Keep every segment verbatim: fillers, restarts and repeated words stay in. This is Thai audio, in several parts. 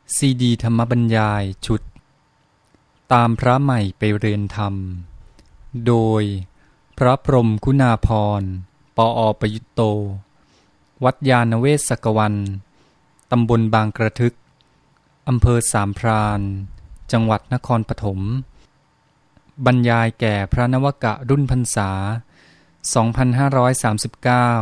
ซีดีธรรมบรรยายชุดตามพระใหม่ไปเรียนธรรมโดยพระพรหมคุณาภรณ์ ปอ.ประยุตโต วัดยานเวศกวันตำบลบางกระทึกอำเภอสามพรานจังหวัดนครปฐมบรรยายแก่พระนวกะรุ่นพรรษา สองพันห้าร้อยสามสิบเก้า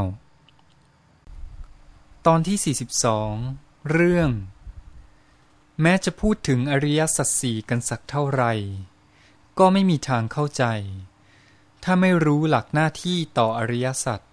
ตอนที่ สี่สิบสอง เรื่องแม้จะพูดถึงอริยสัจสี่กันสักเท่าไหร่ก็ไม่มีทางเข้าใจถ้าไม่รู้หลักหน้าที่ต่ออริยสัจ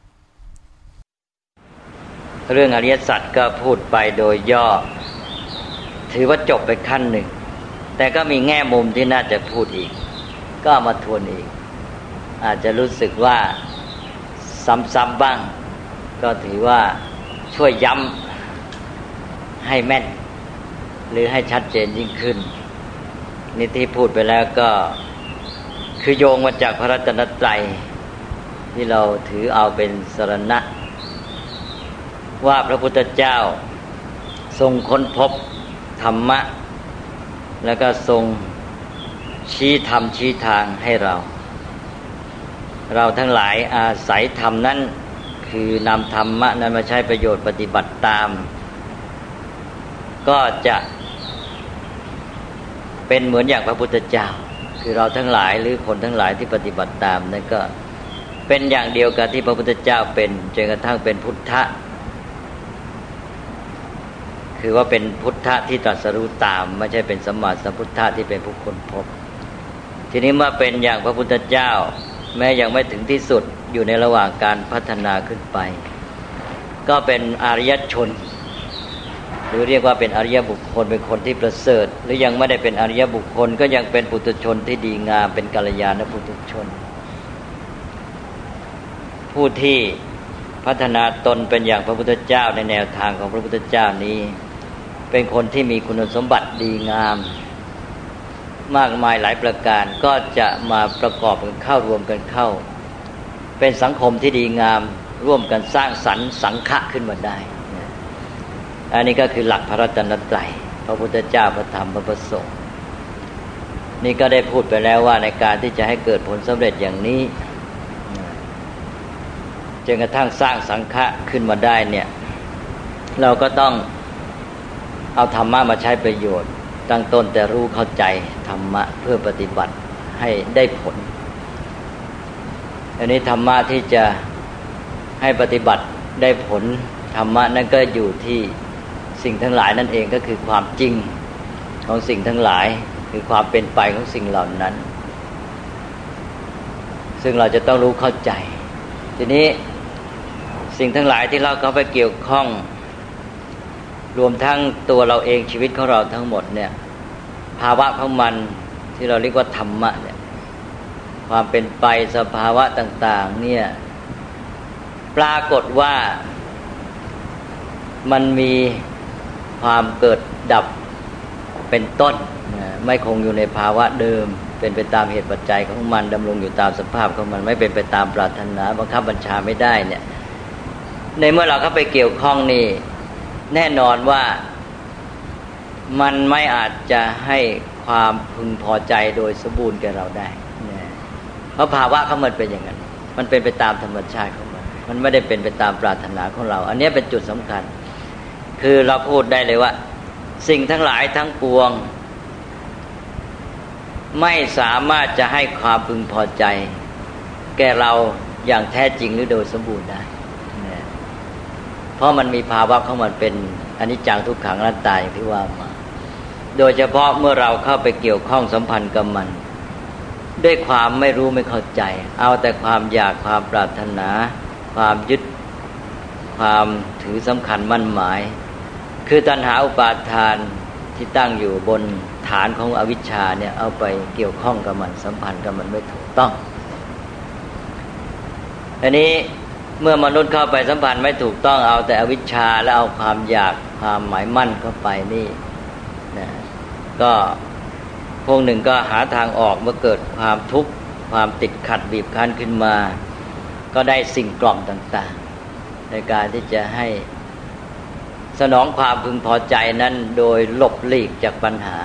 เรื่องอริยสัจก็พูดไปโดยย่อถือว่าจบไปขั้นหนึ่งแต่ก็มีแง่มุมที่น่าจะพูดอีกก็มาทวนอีกอาจจะรู้สึกว่าซ้ำๆบ้างก็ถือว่าช่วยย้ำให้แม่นหรือให้ชัดเจนยิ่งขึ้นนี่ที่พูดไปแล้วก็คือโยงมาจากพระรัตนตรัยที่เราถือเอาเป็นสรณะว่าพระพุทธเจ้าทรงค้นพบธรรมะแล้วก็ทรงชี้ธรรมชี้ทางให้เราเราทั้งหลายอาศัยธรรมนั้นคือนำธรรมะนั้นมาใช้ประโยชน์ปฏิบัติตามก็จะเป็นเหมือนอย่างพระพุทธเจ้าคือเราทั้งหลายหรือคนทั้งหลายที่ปฏิบัติตามนั่นก็เป็นอย่างเดียวกับที่พระพุทธเจ้าเป็นจนกระทั่งเป็นพุทธะคือว่าเป็นพุทธะที่ตรัสรู้ตามไม่ใช่เป็นสัมมาสัมพุทธะที่เป็นผู้ค้นพบทีนี้เมื่อเป็นอย่างพระพุทธเจ้าแม้ยังไม่ถึงที่สุดอยู่ในระหว่างการพัฒนาขึ้นไปก็เป็นอริยชนหรือเรียกว่าเป็นอริยบุคคลเป็นคนที่ประเสริฐหรือยังไม่ได้เป็นอริยบุคคลก็ยังเป็นปุถุชนที่ดีงามเป็นกัลยาณปุถุชนผู้ที่พัฒนาตนเป็นอย่างพระพุทธเจ้าในแนวทางของพระพุทธเจ้านี้เป็นคนที่มีคุณสมบัติดีงามมากมายหลายประการก็จะมาประกอบกันเข้ารวมกันเข้าเป็นสังคมที่ดีงามร่วมกันสร้างสรรค์สังฆะขึ้นมาได้อันนี้ก็คือหลักพระรัตนตรัยพระพุทธเจ้าพระธรรมพระประสงค์นี่ก็ได้พูดไปแล้วว่าในการที่จะให้เกิดผลสำเร็จอย่างนี้จนกระทั่งสร้างสังฆะขึ้นมาได้เนี่ยเราก็ต้องเอาธรรมะมาใช้ประโยชน์ตั้งต้นแต่รู้เข้าใจธรรมะเพื่อปฏิบัติให้ได้ผลอันนี้ธรรมะที่จะให้ปฏิบัติได้ผลธรรมะนั้นก็อยู่ที่สิ่งทั้งหลายนั่นเองก็คือความจริงของสิ่งทั้งหลายคือความเป็นไปของสิ่งเหล่านั้นซึ่งเราจะต้องรู้เข้าใจทีนี้สิ่งทั้งหลายที่เราเข้าไปเกี่ยวข้องรวมทั้งตัวเราเองชีวิตของเราทั้งหมดเนี่ยภาวะของมันที่เราเรียกว่าธรรมะเนี่ยความเป็นไปสภาวะต่างๆเนี่ยปรากฏว่ามันมีความเกิดดับเป็นต้นไม่คงอยู่ในภาวะเดิมเป็นไปตามเหตุปัจจัยของมันดำรงอยู่ตามสภาพของมันไม่เป็นไปตามปรารถนาบังคับบัญชาไม่ได้เนี่ยในเมื่อเราเข้าไปเกี่ยวข้องนี่แน่นอนว่ามันไม่อาจจะให้ความพึงพอใจโดยสมบูรณ์แก่เราได้เพราะภาวะของมันเป็นอย่างนั้นมันเป็นไปตามธรรมชาติของมันมันไม่ได้เป็นไปตามปรารถนาของเราอันนี้เป็นจุดสำคัญคือเราพูดได้เลยว่าสิ่งทั้งหลายทั้งปวงไม่สามารถจะให้ความพึงพอใจแก่เราอย่างแท้จริงหรือโดยสมบูรณ์ได้เพราะมันมีภาวะของมันเป็นอนิจจังทุกขังอนัตตาอย่างที่ว่ามาโดยเฉพาะเมื่อเราเข้าไปเกี่ยวข้องสัมพันธ์กับมันด้วยความไม่รู้ไม่เข้าใจเอาแต่ความอยากความปรารถนาความยึดความถือสำคัญมั่นหมายคือตัณหาอุปาทานที่ตั้งอยู่บนฐานของอวิชชาเนี่ยเอาไปเกี่ยวข้องกับมันสัมพันธ์กับมันไม่ถูกต้องอันนี้เมื่อมนุษย์เข้าไปสัมพันธ์ไม่ถูกต้องเอาแต่อวิชชาแล้วเอาความอยากความหมายมั่นเข้าไปนี่นะก็พวกหนึ่งก็หาทางออกเมื่อเกิดความทุกข์ความติดขัดบีบคั้นขึ้นมาก็ได้สิ่งกล่อมต่างๆในการที่จะให้สนองความพึงพอใจนั้นโดยหลบหลีกจากปัญหา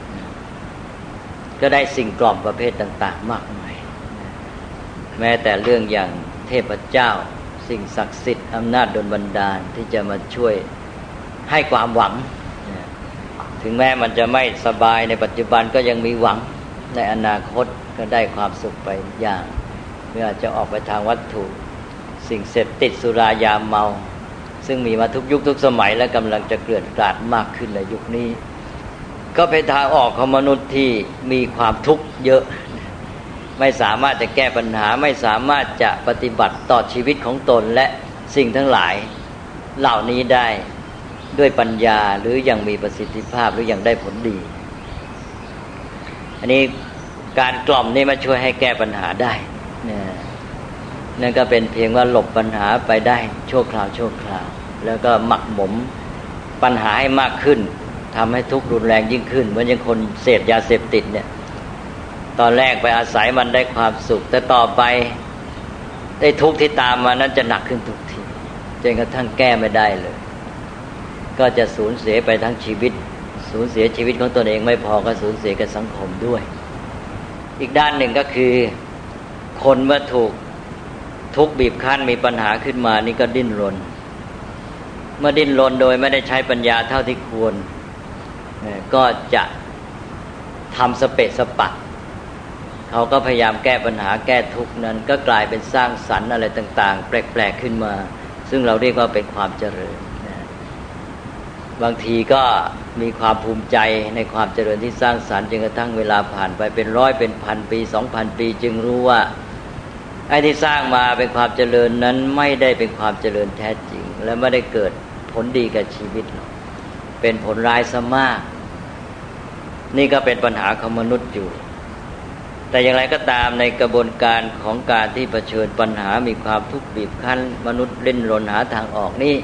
ก็ได้สิ่งกล่อมประเภทต่างๆมากมายแม้แต่เรื่องอย่างเทพเจ้าสิ่งศักดิ์สิทธิ์อำนาจดลบันดาลที่จะมาช่วยให้ความหวังถึงแม้มันจะไม่สบายในปัจจุบันก็ยังมีหวังในอนาคตก็ได้ความสุขไปอย่างไม่ว่าจะออกไปทางวัตถุสิ่งเสพติดสุรายาเมาซึ่งมีมาทุกยุคทุกสมัยและกำลังจะเกลื่อนกลาดมากขึ้นในยุคนี้ก็เป็นทางออกของมนุษย์ที่มีความทุกข์เยอะไม่สามารถจะแก้ปัญหาไม่สามารถจะปฏิบัติต่อชีวิตของตนและสิ่งทั้งหลายเหล่านี้ได้ด้วยปัญญาหรือยังมีประสิทธิภาพหรือยังได้ผลดีอันนี้การกล่อมนี่มาช่วยให้แก้ปัญหาได้นั่นก็เป็นเพียงว่าหลบปัญหาไปได้ชั่วคราวชั่วคราวแล้วก็หมักหมมปัญหาให้มากขึ้นทำให้ทุกข์รุนแรงยิ่งขึ้นเหมือนอย่างคนเสพยาเสพติดเนี่ยตอนแรกไปอาศัยมันได้ความสุขแต่ต่อไปได้ทุกข์ที่ตามมานั้นจะหนักขึ้นทุกทีจนกระทั่งแก้ไม่ได้เลยก็จะสูญเสียไปทั้งชีวิตสูญเสียชีวิตของตนเองไม่พอก็สูญเสียกับสังคมด้วยอีกด้านหนึ่งก็คือคนเมื่อถูกทุกข์บีบคั้นมีปัญหาขึ้นมานี่ก็ดิ้นรนเมื่อดิ้นรนโดยไม่ได้ใช้ปัญญาเท่าที่ควรก็จะทำสเปะสปะเขาก็พยายามแก้ปัญหาแก้ทุกข์นั้นก็กลายเป็นสร้างสรรค์อะไรต่างๆแปลกๆขึ้นมาซึ่งเราเรียกว่าเป็นความเจริญบางทีก็มีความภูมิใจในความเจริญที่สร้างสรรค์จนกระทั่งเวลาผ่านไปเป็นร้อยเป็นพันปีสองพันปีจึงรู้ว่าไอ้ที่สร้างมาเป็นความเจริญนั้นไม่ได้เป็นความเจริญแท้จริงและไม่ได้เกิดผลดีกับชีวิตหรอกเป็นผลร้ายซะมากนี่ก็เป็นปัญหาของมนุษย์อยู่แต่อย่างไรก็ตามในกระบวนการของการที่เผชิญปัญหามีความทุกข์บีบคั้นมนุษย์เล่นรนหาทางออกนี่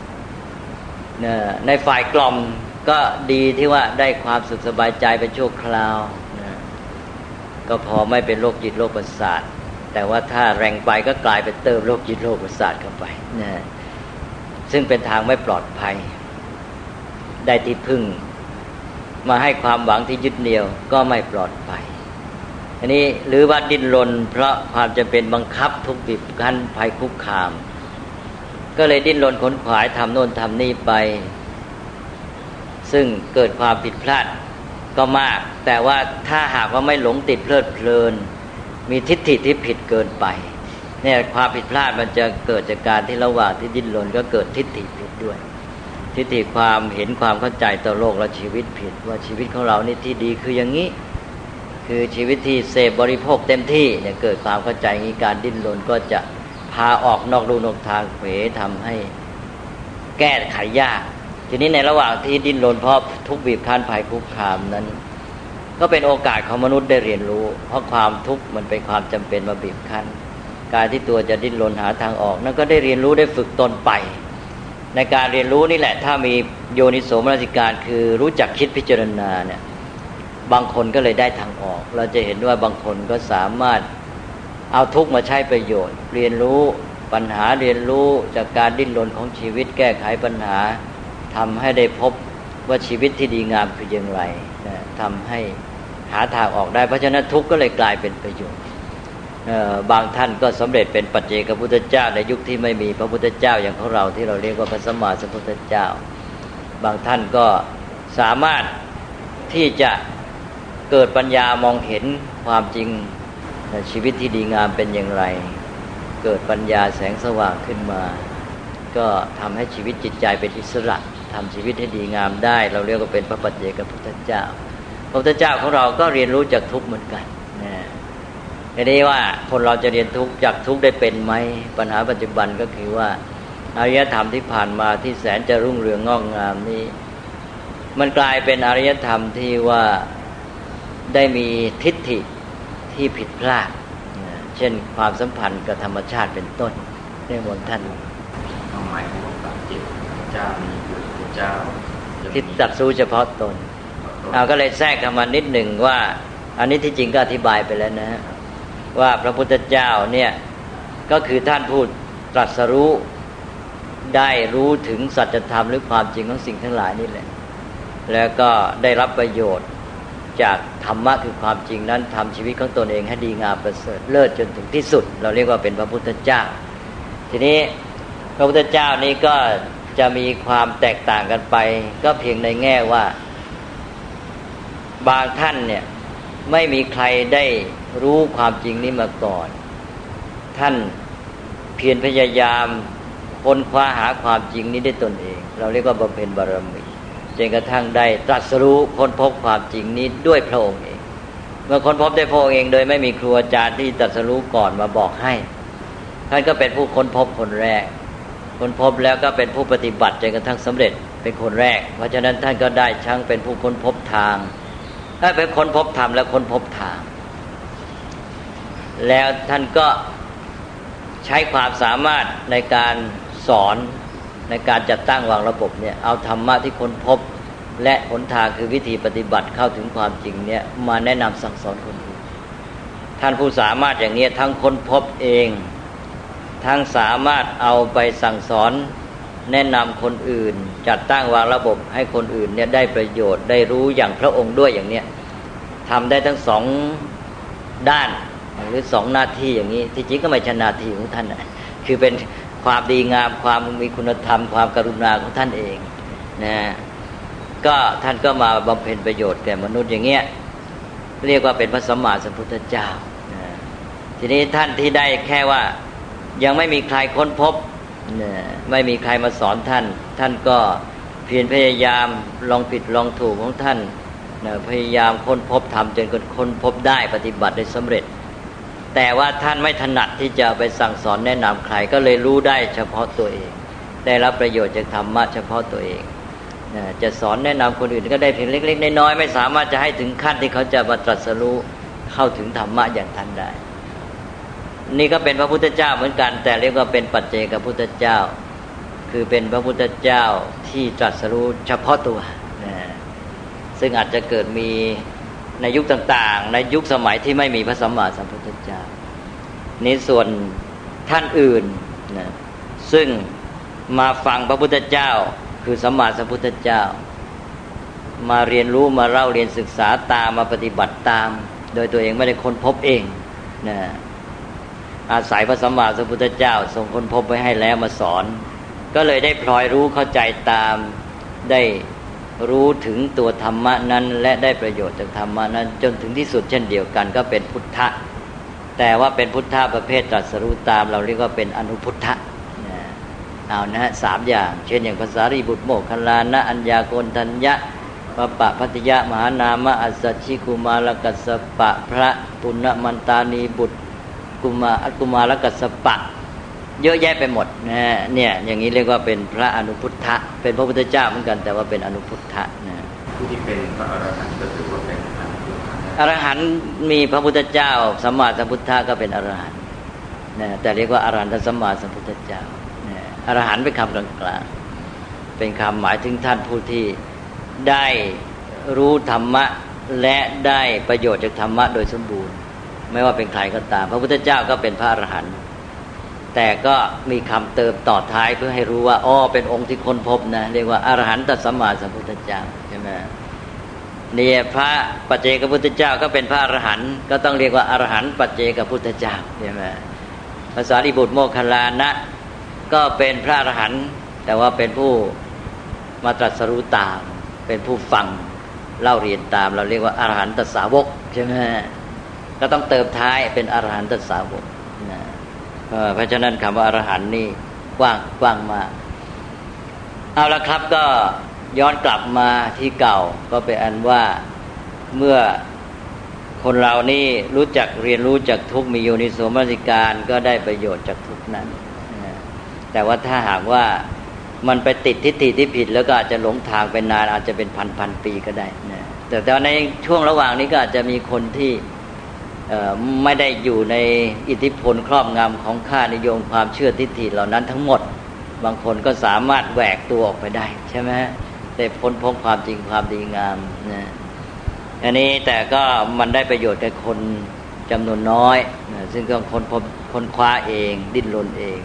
ในฝ่ายกล่อมก็ดีที่ว่าได้ความสุขสบายใจเป็นชั่วคราวนะก็พอไม่เป็นโรคจิตโรคประสาทแต่ว่าถ้าแรงไปก็กลายเป็นเติมโรคจิตโรคประสาทเข้าไปนะซึ่งเป็นทางไม่ปลอดภัยได้ที่พึ่งมาให้ความหวังที่ยึดเหนี่ยวก็ไม่ปลอดภัยอันนี้หรือว่าดิ้นรนเพราะความจำเป็นบังคับทุกบีบคั้นภัยคุกคามก็เลยดิ้นรนขนขวายทำโน่นทำนี่ไปซึ่งเกิดความผิดพลาดก็มากแต่ว่าถ้าหากว่าไม่หลงติดเพลิดเพลินมีทิฏฐิที่ผิดเกินไปเนี่ยความผิดพลาดมันจะเกิดจากการที่ระหว่างที่ดิ้นรนก็เกิดทิฏฐิผิดด้วยทิฏฐิความเห็นความเข้าใจต่อโลกและชีวิตผิดว่าชีวิตของเรานี่ที่ดีคืออย่างนี้คือชีวิตที่เสพบริโภคเต็มที่เนี่ยเกิดความเข้าใจงี้การดิ้นรนก็จะพาออกนอกรูนอกทางเผลอทำให้แก้ไขยากทีนี้ในระหว่างที่ดิ้นรนเพราะทุกข์บีบคั้นภัยคุกคามนั้นก็เป็นโอกาสของมนุษย์ได้เรียนรู้เพราะความทุกข์มันเป็นความจำเป็นมาบีบคั้นการที่ตัวจะดิ้นรนหาทางออกนั่นก็ได้เรียนรู้ได้ฝึกตนไปในการเรียนรู้นี่แหละถ้ามีโยนิโสมนสิการคือรู้จักคิดพิจารณาเนี่ยบางคนก็เลยได้ทางออกเราจะเห็นว่าบางคนก็สามารถเอาทุกข์มาใช้ประโยชน์เรียนรู้ปัญหาเรียนรู้จากการดิ้นรนของชีวิตแก้ไขปัญหาทำให้ได้พบว่าชีวิตที่ดีงามคืออย่างไรนะทำให้หาทางออกได้เพราะฉะนั้นทุกข์ก็เลยกลายเป็นประโยชน์บางท่านก็สำเร็จเป็นปัจเจกพุทธเจ้าในยุคที่ไม่มีพระพุทธเจ้าอย่างของเราที่เราเรียกว่าพระสัมมาสัมพุทธเจ้าบางท่านก็สามารถที่จะเกิดปัญญามองเห็นความจริงชีวิตที่ดีงามเป็นอย่างไรเกิดปัญญาแสงสว่างขึ้นมาก็ทำให้ชีวิตจิตใจเป็นอิสระทำชีวิตให้ดีงามได้เราเรียกว่าเป็นพระปัจเจกพุทธเจ้าพระพุทธเจ้าของเราก็เรียนรู้จากทุกข์เหมือนกันนะทีนี้ว่าคนเราจะเรียนทุกข์จากทุกข์ได้เป็นไหมปัญหาปัจจุบันก็คือว่าอารยธรรมที่ผ่านมาที่แสนจะรุ่งเรืองงอกงามนี้มันกลายเป็นอารยธรรมที่ว่าได้มีทิฏฐิที่ผิดพลาดเช่นความสัมพันธ์กับธรรมชาติเป็นต้นในมนท่านความหมายของพระจิตเจ้ามีคือพระเจ้าที่ตรัสรู้เฉพาะตนเอาก็เลยแทรกเข้ามานิดหนึ่งว่าอันนี้ที่จริงก็อธิบายไปแล้วนะว่าพระพุทธเจ้าเนี่ยก็คือท่านพูดตรัสรู้ได้รู้ถึงสัจธรรมหรือความจริงของสิ่งทั้งหลายนี่แหละแล้วก็ได้รับประโยชน์จากธรรมะคือความจริงนั้นทำชีวิตของตนเองให้ดีงามประเสริฐเลิศจนถึงที่สุดเราเรียกว่าเป็นพระพุทธเจ้าทีนี้พระพุทธเจ้านี้ก็จะมีความแตกต่างกันไปก็เพียงในแง่ว่าบางท่านเนี่ยไม่มีใครได้รู้ความจริงนี้มาก่อนท่านเพียรพยายามค้นคว้าหาความจริงนี้ด้วยตนเองเราเรียกว่าบำเพ็ญบารมีจนกระทั่งได้ตรัสรู้ค้นพบความจริงนี้ด้วยพระองค์เองเมื่อค้นพบด้วยพระองค์เองโดยไม่มีครูอาจารย์ที่ตรัสรู้ก่อนมาบอกให้ท่านก็เป็นผู้ค้นพบคนแรกค้นพบแล้วก็เป็นผู้ปฏิบัติจนกระทั่งสำเร็จเป็นคนแรกเพราะฉะนั้นท่านก็ได้ทั้งเป็นผู้ค้นพบทางได้เป็นค้นพบธรรมและค้นพบทางแล้วท่านก็ใช้ความสามารถในการสอนในการจัดตั้งวางระบบเนี่ยเอาธรรมะที่ค้นพบและหนทางคือวิธีปฏิบัติเข้าถึงความจริงเนี่ยมาแนะนำสั่งสอนคนอื่นท่านผู้สามารถอย่างนี้ทั้งค้นพบเองทั้งสามารถเอาไปสั่งสอนแนะนำคนอื่นจัดตั้งวางระบบให้คนอื่นเนี่ยได้ประโยชน์ได้รู้อย่างพระองค์ด้วยอย่างเนี้ยทำได้ทั้งสองด้านหรือสองหน้าที่อย่างนี้ที่จริงก็ไม่ใช่หน้าที่ของท่านนะคือเป็นความดีงามความมีคุณธรรมความกรุณาของท่านเองนะก็ท่านก็มาบำเพ็ญประโยชน์แก่มนุษย์อย่างเงี้ยเรียกว่าเป็นพระสัมมาสัมพุทธเจ้านะทีนี้ท่านที่ได้แค่ว่ายังไม่มีใครค้นพบนะไม่มีใครมาสอนท่านท่านก็เพียรพยายามลองผิดลองถูกของท่านนะพยายามค้นพบทำจนค้นพบได้ปฏิบัติได้สำเร็จแต่ว่าท่านไม่ถนัดที่จะไปสั่งสอนแนะนำใครก็เลยรู้ได้เฉพาะตัวเองได้รับประโยชน์จากธรรมะเฉพาะตัวเองนะจะสอนแนะนำคนอื่นก็ได้เพียงเล็กๆน้อยๆไม่สามารถจะให้ถึงขั้นที่เขาจะมาตรัสรู้เข้าถึงธรรมะอย่างท่านได้นี่ก็เป็นพระพุทธเจ้าเหมือนกันแต่เรียกว่าเป็นปัจเจกพุทธเจ้าคือเป็นพระพุทธเจ้าที่ตรัสรู้เฉพาะตัวนะซึ่งอาจจะเกิดมีในยุคต่างๆในยุคสมัยที่ไม่มีพระสัมมาสัมพุทธเจ้านี้ส่วนท่านอื่นนะซึ่งมาฟังพระพุทธเจ้าคือสัมมาสัมพุทธเจ้ามาเรียนรู้มาเล่าเรียนศึกษาตามมาปฏิบัติตามโดยตัวเองไม่ได้ค้นพบเองนะอาศัยพระสัมมาสัมพุทธเจ้าทรงค้นพบไว้ให้แล้วมาสอนก็เลยได้พลอยรู้เข้าใจตามได้รู้ถึงตัวธรรมะนั้นและได้ประโยชน์จากธรรมะนั้นจนถึงที่สุดเช่นเดียวกันก็เป็นพุทธะแต่ว่าเป็นพุทธะประเภทตรัสรู้ตามเราเรียกว่าเป็นอนุพุทธะเอานะสามอย่างเช่นอย่างภาษารีบุตรโมคคัลลานะอัญญาโกณทัญญะปะปะพัทยะมหานามะอัสสชิกุมารกัสสปะพระปุณณมันตานีบุตรกุมาอักุมารกัสสปะเยอะแยะไปหมดนะเนี่ยอย่างนี้เรียกว่าเป็นพระอนุพุทธะเป็นพระพุทธเจ้าเหมือนกันแต่ว่าเป็นอนุพุทธะนะผู้ที่เป็นพระอรหันต์ก็ถือว่าเป็นอนุพุทธะอรหันต์มีพระพุทธเจ้าสัมมาสัมพุทธะก็เป็นอรหันต์นะแต่เรียกว่าอรหันตสัมมาสัมพุทธเจ้านะอรหันต์เป็นคำกลางๆเป็นคำหมายถึงท่านผู้ที่ได้รู้ธรรมะและได้ประโยชน์จากธรรมะโดยสมบูรณ์ไม่ว่าเป็นใครก็ตามพระพุทธเจ้าก็เป็นพระอรหันต์แต่ก็มีคำเติมต่อท้ายเพื่อให้รู้ว่าอ้อเป็นองค์ที่ค้นพบนะเรียกว่าอรหันตสัมมาสัมพุทธเจ้าใช่ไหมเนี่ยพระปัจเจกพุทธเจ้าก็เป็นพระอรหันต์ก็ต้องเรียกว่าอรหันต์ปัจเจกพุทธเจ้าใช่ไหมภาษาริบุตรโมคคัลลานะก็เป็นพระอรหันต์แต่ว่าเป็นผู้มาตรัสรู้ตามเป็นผู้ฟังเล่าเรียนตามเราเรียกว่าอรหันตสาวกใช่ไหมก็ต้องเติมท้ายเป็นอรหันตสาวกนะเพราะฉะนั้นคำว่าอรหันต์นี่กว้างกว้างมากเอาละครับก็ย้อนกลับมาที่เก่าก็เป็นอันว่าเมื่อคนเรานี่รู้จักเรียนรู้จากทุกข์มีโยนิโสมนสิการก็ได้ประโยชน์จากทุกข์นั้นแต่ว่าถ้าหากว่ามันไปติดทิฏฐิที่ผิดแล้วก็อาจจะหลงทางไปนานอาจจะเป็นพันพันปีก็ได้นะแต่แต่ในช่วงระหว่างนี้ก็อาจจะมีคนที่ไม่ได้อยู่ในอิทธิพลครอบงำของค่านิยมความเชื่อทิฏฐิเหล่านั้นทั้งหมดบางคนก็สามารถแหวกตัวออกไปได้ใช่ไหมได้พ้นพบความจริงความดีงามนะอันนี้แต่ก็มันได้ประโยชน์แก่คนจำนวนน้อยนะซึ่งก็ค้นพบค้นคว้าเองดิ้นรนเอง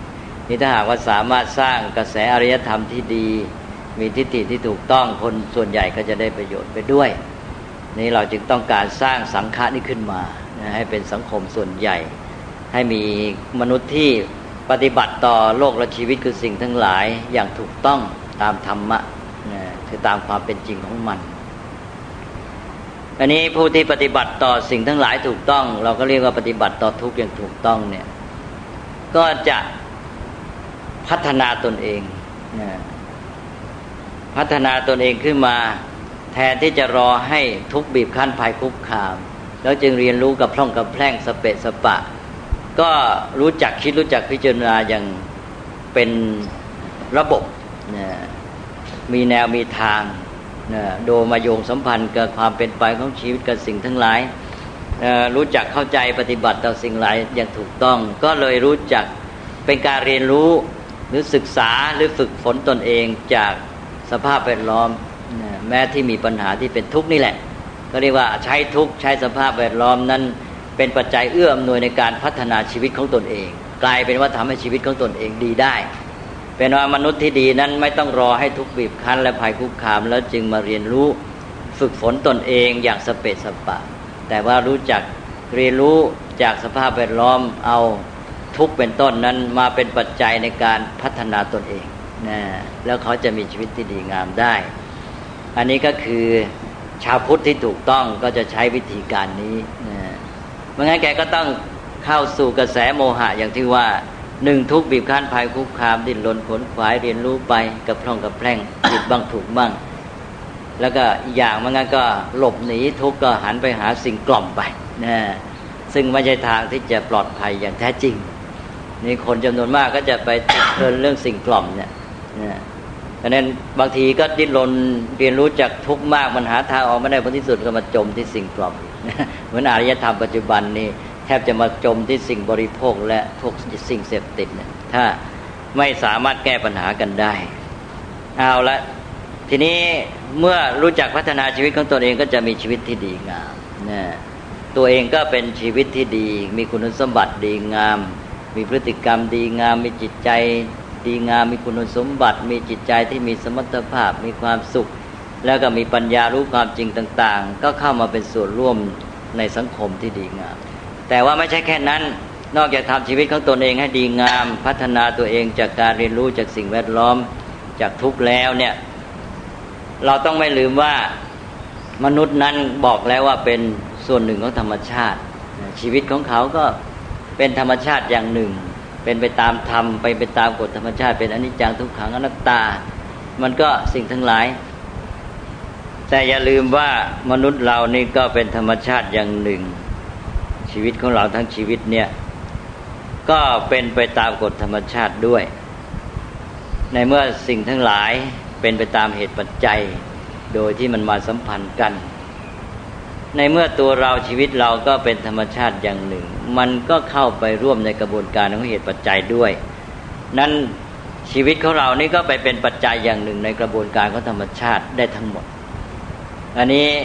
นี่ถ้าหากว่าสามารถสร้างกระแสอารยธรรมที่ดีมีทิฏฐิที่ถูกต้องคนส่วนใหญ่ก็จะได้ประโยชน์ไปด้วยนี่เราจึงต้องการสร้างสังฆะนี้ขึ้นมานะให้เป็นสังคมส่วนใหญ่ให้มีมนุษย์ที่ปฏิบัติต่อโลกและชีวิตคือสิ่งทั้งหลายอย่างถูกต้องตามธรรมะนะคือตามความเป็นจริงของมันอันนี้ผู้ที่ปฏิบัติต่อสิ่งทั้งหลายถูกต้องเราก็เรียกว่าปฏิบัติต่อทุกข์อย่างถูกต้องเนี่ยก็จะพัฒนาตนเองนะพัฒนาตนเองขึ้นมาแทนที่จะรอให้ทุกข์บีบคั้นภัยคุกคามแล้วจึงเรียนรู้กับพร่องกับแพร่งสเปะสปะก็รู้จักคิดรู้จักพิจารณาอย่างเป็นระบบนะมีแนวมีทางนะโดยมาโยงสัมพันธ์กับความเป็นไปของชีวิตกับสิ่งทั้งหลายนะรู้จักเข้าใจปฏิบัติต่อสิ่งหลายอย่างถูกต้องก็เลยรู้จักเป็นการเรียนรู้หรือศึกษาหรือฝึกฝนตนเองจากสภาพแวดล้อมนะแม้ที่มีปัญหาที่เป็นทุกข์นี่แหละก็เรียกว่าใช้ทุกข์ใช้สภาพแวดล้อมนั้นเป็นปัจจัยเอื้ออำนวยในการพัฒนาชีวิตของตนเองกลายเป็นว่าทำให้ชีวิตของตนเองดีได้เป็นว่ามนุษย์ที่ดีนั้นไม่ต้องรอให้ทุกข์บีบคั้นและภัยคุกคามแล้วจึงมาเรียนรู้ฝึกฝนตนเองอย่างสเปะสปะแต่ว่ารู้จักเรียนรู้จากสภาพแวดล้อมเอาทุกข์เป็นต้นนั้นมาเป็นปัจจัยในการพัฒนาตนเองนะแล้วเขาจะมีชีวิตที่ดีงามได้อันนี้ก็คือชาวพุทธที่ถูกต้องก็จะใช้วิธีการนี้นะไม่งั้นแกก็ต้องเข้าสู่กระแสโมหะอย่างที่ว่าหนึ่งทุกข์บีบคั้นภัยคุกคามดิ้นรนขวนขวายเรียนรู้ไปกับพร่องกับแพร่งผิดบ้างถูกบ้างแล้วก็อีกอย่างไม่งั้นก็หลบหนีทุกข์ก็หันไปหาสิ่งกล่อมไปนะซึ่งไม่ใช่ทางที่จะปลอดภัยอย่างแท้จริงนี่คนจำนวนมากก็จะไปติดเพลินเรื่องสิ่งกล่อมเนี่ยนะเพราะนั้นบางทีก็ดิ้นรนเรียนรู้จากทุกข์มากมันหาทางออกไม่ได้ผลที่สุดก็มาจมที่สิ่งกล่อมเหมือนอารยธรรมปัจจุบันนี้แทบจะมาจมที่สิ่งบริโภคและพวกสิ่งเสพติดเนี่ยถ้าไม่สามารถแก้ปัญหากันได้เอาละทีนี้เมื่อรู้จักพัฒนาชีวิตของตนเองก็จะมีชีวิตที่ดีงามนะตัวเองก็เป็นชีวิตที่ดีมีคุณสมบัติดีงามมีพฤติกรรมดีงามมีจิตใจดีงามมีคุณสมบัติมีจิตใจที่มีสมรรถภาพมีความสุขแล้วก็มีปัญญารู้ความจริงต่างๆก็เข้ามาเป็นส่วนร่วมในสังคมที่ดีงามแต่ว่าไม่ใช่แค่นั้นนอกจากทำชีวิตของตนเองให้ดีงามพัฒนาตัวเองจากการเรียนรู้จากสิ่งแวดล้อมจากทุกข์แล้วเนี่ยเราต้องไม่ลืมว่ามนุษย์นั้นบอกแล้วว่าเป็นส่วนหนึ่งของธรรมชาติชีวิตของเขาก็เป็นธรรมชาติอย่างหนึ่งเป็นไปตามธรรมไปไปตามกฎธรรมชาติเป็นอนิจจังทุกขังอนัตตามันก็สิ่งทั้งหลายแต่อย่าลืมว่ามนุษย์เรานี่ก็เป็นธรรมชาติอย่างหนึ่งชีวิตของเราทั้งชีวิตเนี่ยก็เป็นไปตามกฎธรรมชาติด้วยในเมื่อสิ่งทั้งหลายเป็นไปตามเหตุปัจจัยโดยที่มันมาสัมพันธ์กันในเมื่อตัวเราชีวิตเราก็เป็นธรรมชาติอย่างหนึ่งมันก็เข้าไปร่วมในกระบวนการของเหตุปัจจัยด้วยนั้นชีวิตของเรานี่ก็ไปเป็นปัจจัยอย่างหนึ่งในกระบวนการของธรรมชาติได้ทั้งหมดอันนี้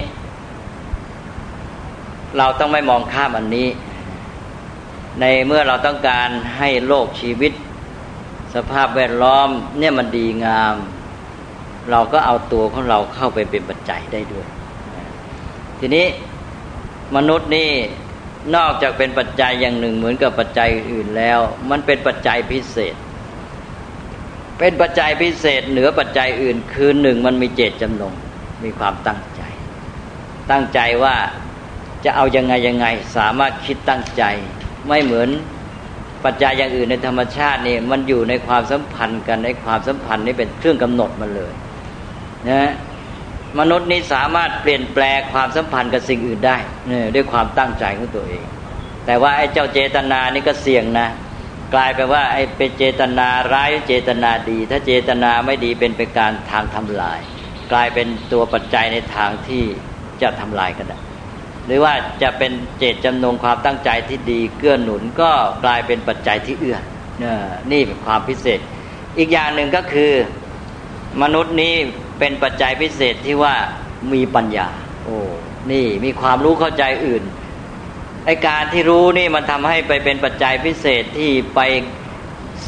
เราต้องไม่มองข้ามอันนี้ในเมื่อเราต้องการให้โลกชีวิตสภาพแวดล้อมเนี่ยมันดีงามเราก็เอาตัวของเราเข้าไปเป็นปัจจัยได้ด้วยทีนี้มนุษย์นี่นอกจากเป็นปัจจัยอย่างหนึ่งเหมือนกับปัจจัยอื่นแล้วมันเป็นปัจจัยพิเศษเป็นปัจจัยพิเศษเหนือปัจจัยอื่นคือหนึ่งมันมีเจตจำนงมีความตั้งใจตั้งใจว่าจะเอายังไงยังไงสามารถคิดตั้งใจไม่เหมือนปัจจัยอย่างอื่นในธรรมชาตินี่มันอยู่ในความสัมพันธ์กันในความสัมพันธ์นี่เป็นเครื่องกำหนดมันเลยนะมนุษย์นี้สามารถเปลี่ยนแปลงความสัมพันธ์กับสิ่งอื่นได้เนี่ยด้วยความตั้งใจของตัวเองแต่ว่าไอ้เจ้าเจตนานี่ก็เสี่ยงนะกลายไปว่าไอ้เป็นเจตนาร้ายเจตนาดีถ้าเจตนาไม่ดีเป็นไปการทางทำลายกลายเป็นตัวปัจจัยในทางที่จะทำลายกันได้หรือว่าจะเป็นเจตจำนงความตั้งใจที่ดีเกื้อหนุนก็กลายเป็นปัจจัยที่เอื้อนี่เป็นความพิเศษอีกอย่างหนึ่งก็คือมนุษย์นี้เป็นปัจจัยพิเศษที่ว่ามีปัญญาโอ้นี่มีความรู้เข้าใจอื่นไอ้การที่รู้นี่มันทำให้ไปเป็นปัจจัยพิเศษที่ไป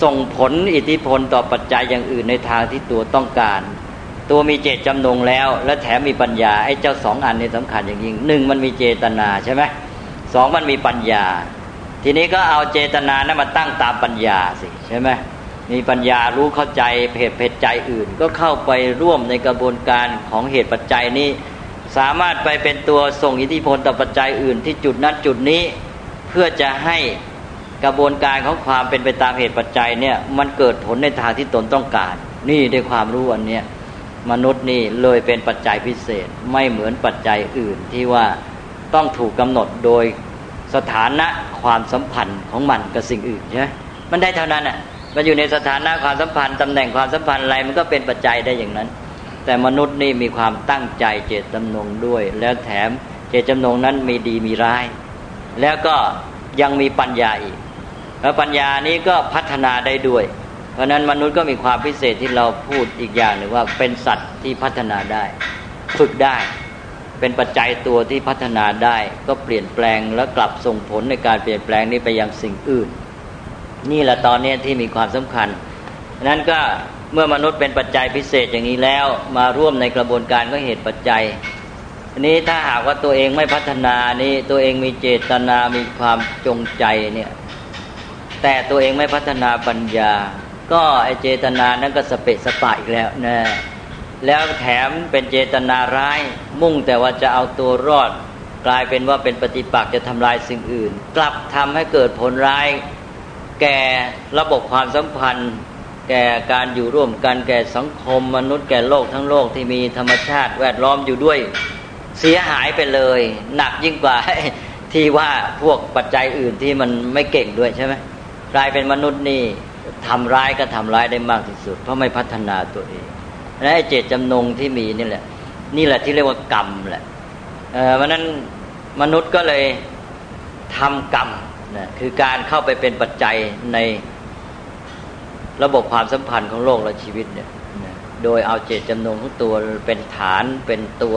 ส่งผลอิทธิพลต่อปัจจัยอย่างอื่นในทางที่ตัวต้องการตัวมีเจตจำนงแล้วและแถมมีปัญญาไอ้เจ้าสองอันนี้สำคัญอย่างยิ่งหนึ่งมันมีเจตนาใช่ไหมสองมันมีปัญญาทีนี้ก็เอาเจตนานั้นมาตั้งตามปัญญาสิใช่ไหมมีปัญญารู้เข้าใจเหตุปัจจัยอื่นก็เข้าไปร่วมในกระบวนการของเหตุปัจจัยนี้สามารถไปเป็นตัวส่งอิทธิพลต่อปัจจัยอื่นที่จุดนั้นจุดนี้เพื่อจะให้กระบวนการของความเป็นไปตามเหตุปัจจัยเนี่ยมันเกิดผลในทางที่ตนต้องการนี่ด้วยความรู้อันเนี้ยมนุษย์นี่เลยเป็นปัจจัยพิเศษไม่เหมือนปัจจัยอื่นที่ว่าต้องถูกกำหนดโดยสถานะความสัมพันธ์ของมันกับสิ่งอื่นใช่ไหมมันได้เท่านั้นอ่ะมันอยู่ในสถานะความสัมพันธ์ตำแหน่งความสัมพันธ์อะไรมันก็เป็นปัจจัยได้อย่างนั้นแต่มนุษย์นี่มีความตั้งใจเจตจำนงด้วยแล้วแถมเจตจำนงนั้นมีดีมีร้ายแล้วก็ยังมีปัญญาอีกแล้วปัญญานี้ก็พัฒนาได้ด้วยเพราะนั้นมนุษย์ก็มีความพิเศษที่เราพูดอีกอย่างหนึ่งว่าเป็นสัตว์ที่พัฒนาได้ฝึกได้เป็นปัจจัยตัวที่พัฒนาได้ก็เปลี่ยนแปลงแล้วกลับส่งผลในการเปลี่ยนแปลงนี้ไปยังสิ่งอื่นนี่แหละตอนนี้ที่มีความสำคัญนั้นก็เมื่อมนุษย์เป็นปัจจัยพิเศษอย่างนี้แล้วมาร่วมในกระบวนการก็เหตุปัจจัยอันนี้ถ้าหากว่าตัวเองไม่พัฒนานี้ตัวเองมีเจตนามีความจงใจเนี่ยแต่ตัวเองไม่พัฒนาปัญญาก็ไอเจตนานั้นก็สเปะสปะอีกแล้วนะแล้วแถมเป็นเจตนาร้ายมุ่งแต่ว่าจะเอาตัวรอดกลายเป็นว่าเป็นปฏิปักษ์จะทำลายสิ่งอื่นกลับทำให้เกิดผลร้ายแก่ระบบความสัมพันธ์แก่การอยู่ร่วมกันแก่สังคมมนุษย์แก่โลกทั้งโลกที่มีธรรมชาติแวดล้อมอยู่ด้วยเสียหายไปเลยหนักยิ่งกว่าที่ว่าพวกปัจจัยอื่นที่มันไม่เก่งด้วยใช่ไหมกลายเป็นมนุษย์นี่ทำร้ายก็ทำร้ายได้มากที่สุดเพราะไม่พัฒนาตัวเองและไอ้เจตจำนงที่มีนี่แหละนี่แหละที่เรียกว่ากรรมแหละเออเพราะนั้นมนุษย์ก็เลยทำกรรมนะคือการเข้าไปเป็นปัจจัยในระบบความสัมพันธ์ของโลกและชีวิตเนี่ยนะโดยเอาเจตจำนงของตัวเป็นฐานเป็นตัว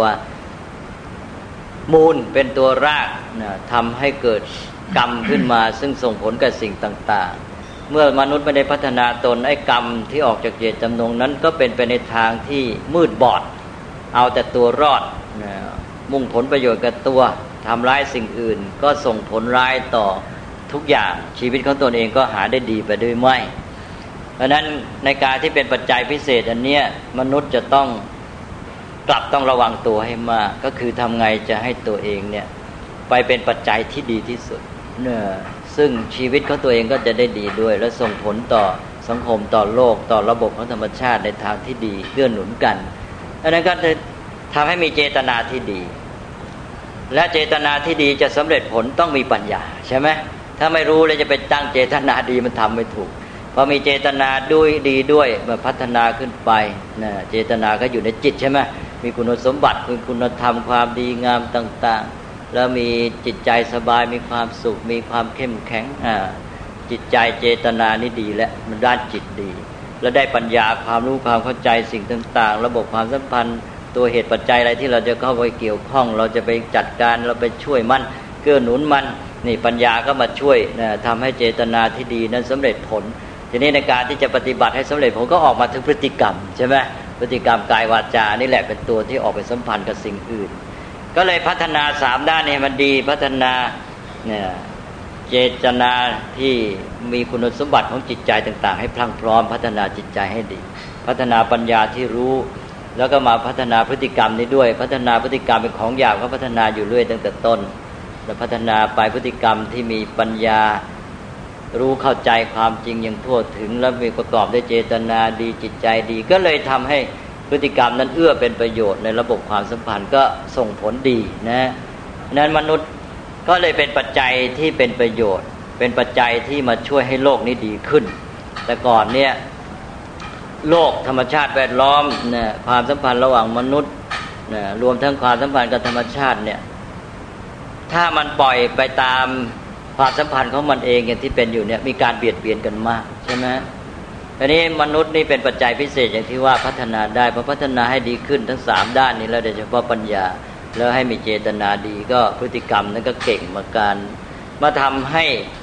มูลเป็นตัวรากนะทำให้เกิดกรรมขึ้นมาซึ่งส่งผลกับสิ่งต่างๆเมื่อมนุษย์ไม่ได้พัฒนาตนไอ้กรรมที่ออกจากเจตจำนงนั้นก็เป็นไปในทางที่มืดบอดเอาแต่ตัวรอดนะมุ่งผลประโยชน์กับตัวทำร้ายสิ่งอื่นก็ส่งผลร้ายต่อทุกอย่างชีวิตของตนเองก็หาได้ดีไปด้วยไม่เพราะนั้นในการที่เป็นปัจจัยพิเศษอันเนี้ยมนุษย์จะต้องกลับต้องระวังตัวให้มากก็คือทำไงจะให้ตัวเองเนี่ยไปเป็นปัจจัยที่ดีที่สุดเนี่ยซึ่งชีวิตของตัวเองก็จะได้ดีด้วยและส่งผลต่อสังคมต่อโลกต่อระบบของธรรมชาติในทางที่ดีเกื้อหนุนกันอันนั้นก็จะทำให้มีเจตนาที่ดีและเจตนาที่ดีจะสำเร็จผลต้องมีปัญญาใช่ไหมถ้าไม่รู้เลยจะไปตั้งเจตนาดีมันทำไม่ถูกพอมีเจตนาด้วยดีด้วยมาพัฒนาขึ้นไปนะเจตนาก็อยู่ในจิตใช่ไหมมีคุณสมบัติคือคุณธรรมความดีงามต่างๆแล้วมีจิตใจสบายมีความสุขมีความเข้มแข็งอ่าจิตใจเจตนานี่ดีแล้วมันด้านจิตดีแล้วได้ปัญญาความรู้ความเข้าใจสิ่งต่างๆระบบความสัมพันธ์ตัวเหตุปัจจัยอะไรที่เราจะเข้าไปเกี่ยวข้องเราจะไปจัดการเราไปช่วยมันเกื้อหนุนมันนี่ปัญญาก็มาช่วยนะทำให้เจตนาที่ดีนั้นสำเร็จผลทีนี้ในการที่จะปฏิบัติให้สำเร็จผลก็ออกมาถึงพฤติกรรมใช่ไหมพฤติกรรมกายวาจานี่แหละเป็นตัวที่ออกไปสัมพันธ์กับสิ่งอื่นก็เลยพัฒนาสามด้านนี้มันดีพัฒนาเนี่ยเจตนาที่มีคุณสมบัติของจิตใจต่างๆให้พรั่งพร้อมพัฒนาจิตใจให้ดีพัฒนาปัญญาที่รู้แล้วก็มาพัฒนาพฤติกรรมนี้ด้วยพัฒนาพฤติกรรมเป็นของหยาบก็พัฒนาอยู่เรื่อยตั้งแต่ต้นแล้วพัฒนาไปพฤติกรรมที่มีปัญญารู้เข้าใจความจริงอย่างทั่วถึงแล้วมีประกอบด้วยเจตนาดีจิตใจดีก็เลยทำให้พฤติกรรมนั้นเอื้อเป็นประโยชน์ในระบบความสัมพันธ์ก็ส่งผลดีนะนั้นมนุษย์ก็เลยเป็นปัจจัยที่เป็นประโยชน์เป็นปัจจัยที่มาช่วยให้โลกนี้ดีขึ้นแต่ก่อนเนี่ยโลกธรรมชาติแวดล้อมเนี่ยความสัมพันธ์ระหว่างมนุษย์เนี่ยรวมทั้งความสัมพันธ์กับธรรมชาติเนี่ยถ้ามันปล่อยไปตามความสัมพันธ์ของมันเองอย่างที่เป็นอยู่เนี่ยมีการเบียดเบียนกันมากใช่ไหมทีนี้มนุษย์นี่เป็นปัจจัยพิเศษอย่างที่ว่าพัฒนาได้พอพัฒนาให้ดีขึ้นทั้งสามด้านนี้แล้วโดยเฉพาะปัญญาแล้วให้มีเจตนาดีก็พฤติกรรมนั้นก็เก่งมาการมาทำให้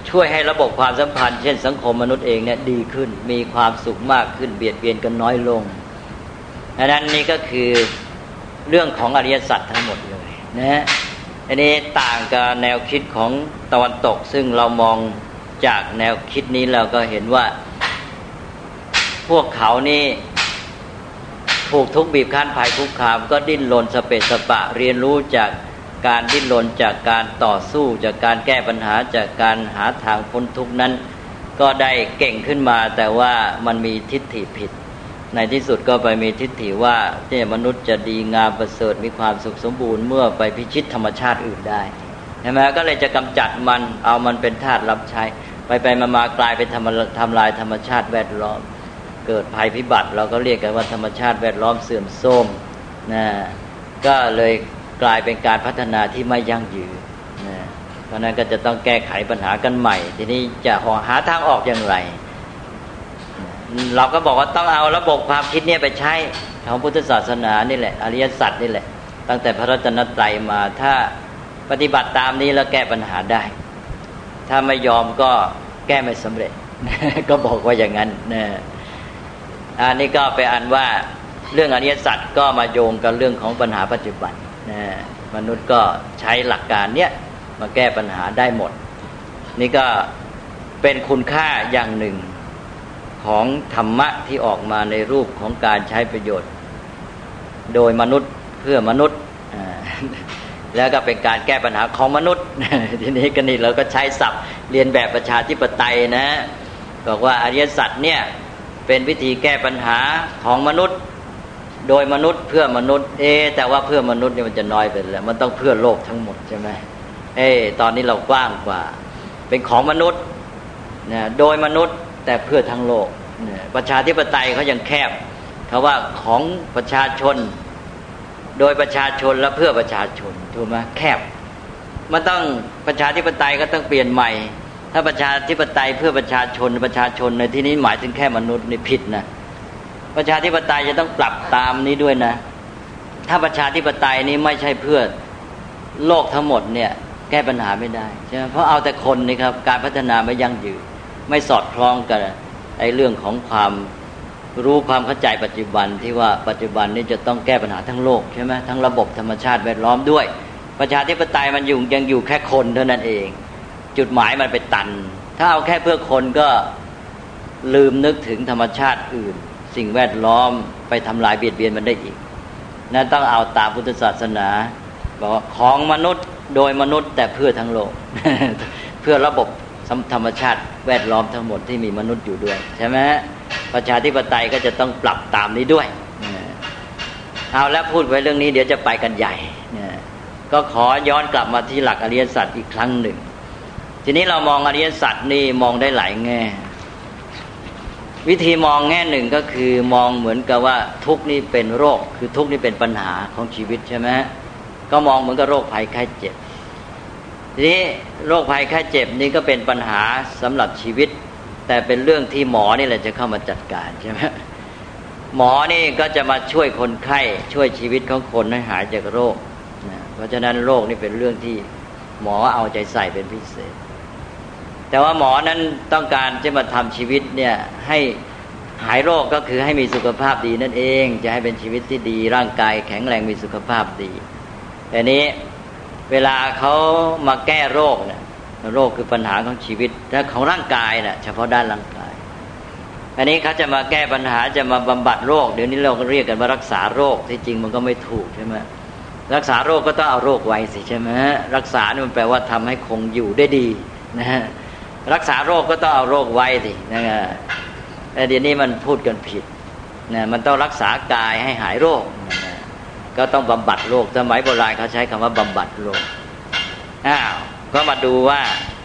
ช่วยให้ระบบความสัมพันธ์เช่นสังคมมนุษย์เองเนี่ยดีขึ้นมีความสุขมากขึ้นเบียดเบียนกันน้อยลงดังนั้นนี่ก็คือเรื่องของอริยสัจทั้งหมดเลยนะอันนี้ต่างกับแนวคิดของตะวันตกซึ่งเรามองจากแนวคิดนี้เราก็เห็นว่าพวกเขานี่ถูกทุกข์บีบคั้นภัยคุกคามก็ดิ้นรนสเปะสปะเรียนรู้จากการดิ้นรนจากการต่อสู้จากการแก้ปัญหาจากการหาทางพ้นทุกข์นั้นก็ได้เก่งขึ้นมาแต่ว่ามันมีทิฏฐิผิดในที่สุดก็ไปมีทิฏฐิว่าเนี่ยมนุษย์จะดีงามประเสริฐมีความสุขสมบูรณ์เมื่อไปพิชิตธรรมชาติอื่นได้ใช่ไหมก็เลยจะกำจัดมันเอามันเป็นทาสรับใช้ไปไปมามากลายเป็นทำทำลายธรรมชาติแวดล้อมเกิดภัยพิบัติเราก็เรียกกันว่าธรรมชาติแวดล้อมเสื่อมโทรมนะก็เลยกลายเป็นการพัฒนาที่ไม่ยั่งยืนนะเพราะนั้นก็จะต้องแก้ไขปัญหากันใหม่ทีนี้จะหาทางออกอย่างไรเราก็บอกว่าต้องเอาระบบความคิดเนี่ยไปใช้ของพุทธศาสนานี่แหละอริยสัจนี่แหละตั้งแต่พระรัตนตรัยมาถ้าปฏิบัติตามนี้แล้วแก้ปัญหาได้ถ้าไม่ยอมก็แก้ไม่สำเร็จ ก็บอกว่าอย่างนั้นนะอันนี้ก็ไปอันว่าเรื่องอริยสัจก็มาโยงกับเรื่องของปัญหาปัจจุบันนะมนุษย์ก็ใช้หลักการเนี้ยมาแก้ปัญหาได้หมดนี่ก็เป็นคุณค่าอย่างหนึ่งของธรรมะที่ออกมาในรูปของการใช้ประโยชน์โดยมนุษย์เพื่อมนุษย์แล้วก็เป็นการแก้ปัญหาของมนุษย์ทีนี้กันนี่เราก็ใช้ศัพท์เรียนแบบประชาธิปไตยนะบอกว่าอริยสัจเนี่ยเป็นวิธีแก้ปัญหาของมนุษย์โดยมนุษย์เพื่อมนุษย์เอแต่ว่าเพื่อมนุษย์นี่มันจะน้อยไปแล้วมันต้องเพื่อโลกทั้งหมดใช่ไหมเอตอนนี้เรากว้างกว่าเป็นของมนุษย์นะโดยมนุษย์แต่เพื่อทั้งโลกนะประชาธิปไตยเขายังแคบเขาว่าของประชาชนโดยประชาชนและเพื่อประชาชนถูกไหมแคบมันต้องประชาธิปไตยก็ต้องเปลี่ยนใหม่ถ้าประชาธิปไตยเพื่อประชาชนประชาชนในที่นี้หมายถึงแค่มนุษย์นี่ผิดนะประชาธิปไตยจะต้องปรับตามนี้ด้วยนะถ้าประชาธิปไตยนี้ไม่ใช่เพื่อโลกทั้งหมดเนี่ยแก้ปัญหาไม่ได้ใช่ไหมเพราะเอาแต่คนนี่ครับการพัฒนาไม่ยั่งยืนไม่สอดคล้องกับไอ้เรื่องของความรู้ความเข้าใจปัจจุบันที่ว่าปัจจุบันนี้จะต้องแก้ปัญหาทั้งโลกใช่ไหมทั้งระบบธรรมชาติแวดล้อมด้วยประชาธิปไตยมันอยู่ยังอยู่แค่คนเท่านั้นเองจุดหมายมันไปตันถ้าเอาแค่เพื่อคนก็ลืมนึกถึงธรรมชาติอื่นสิ่งแวดล้อมไปทำลายเบียดเบียนมันได้อีกนั่นต้องเอาตามพุทธศาสนาบอกว่าของมนุษย์โดยมนุษย์แต่เพื่อทั้งโลก เพื่อระบบธรรมชาติแวดล้อมทั้งหมดที่มีมนุษย์อยู่ด้วยใช่ไหมประชาธิปไตยก็จะต้องปรับตามนี้ด้วยเอาแล้วพูดไว้เรื่องนี้เดี๋ยวจะไปกันใหญ่ก็ขอย้อนกลับมาที่หลักอริยสัจอีกครั้งหนึ่งทีนี้เรามองอริยสัจนี่มองได้หลายแง่วิธีมองแง่หนึ่งก็คือมองเหมือนกับว่าทุกข์นี่เป็นโรคคือทุกข์นี่เป็นปัญหาของชีวิตใช่ไหมก็มองเหมือนกับโรคภัยไข้เจ็บทีนี้โรคภัยไข้เจ็บนี่ก็เป็นปัญหาสำหรับชีวิตแต่เป็นเรื่องที่หมอนี่แหละจะเข้ามาจัดการใช่ไหมหมอนี่ก็จะมาช่วยคนไข้ช่วยชีวิตของคนให้หายจากโรคนะเพราะฉะนั้นโรคนี่เป็นเรื่องที่หมอเอาใจใส่เป็นพิเศษแต่ว่าหมอนั้นต้องการจะมาทำชีวิตเนี่ยให้หายโรคก็คือให้มีสุขภาพดีนั่นเองจะให้เป็นชีวิตที่ดีร่างกายแข็งแรงมีสุขภาพดีแต่นี้เวลาเขามาแก้โรคเนี่ยโรคคือปัญหาของชีวิตและของร่างกายน่ะเฉพาะด้านร่างกายอันนี้เขาจะมาแก้ปัญหาจะมาบำบัดโรคเดี๋ยวนี้เราก็เรียกกันว่ารักษาโรคที่จริงมันก็ไม่ถูกใช่ไหมรักษาโรคก็ต้องเอาโรคไว้สิใช่ไหมรักษานี่มันแปลว่าทำให้คงอยู่ได้ดีนะฮะรักษาโรคก็ต้องเอาโรคไว้สินะฮะแต่เดี๋ยวนี้มันพูดกันผิดนะมันต้องรักษากายให้หายโรคนะก็ต้องบำบัดโรคสมัยโบราณเขาใช้คำว่าบำบัดโรคอ้าวก็มาดูว่า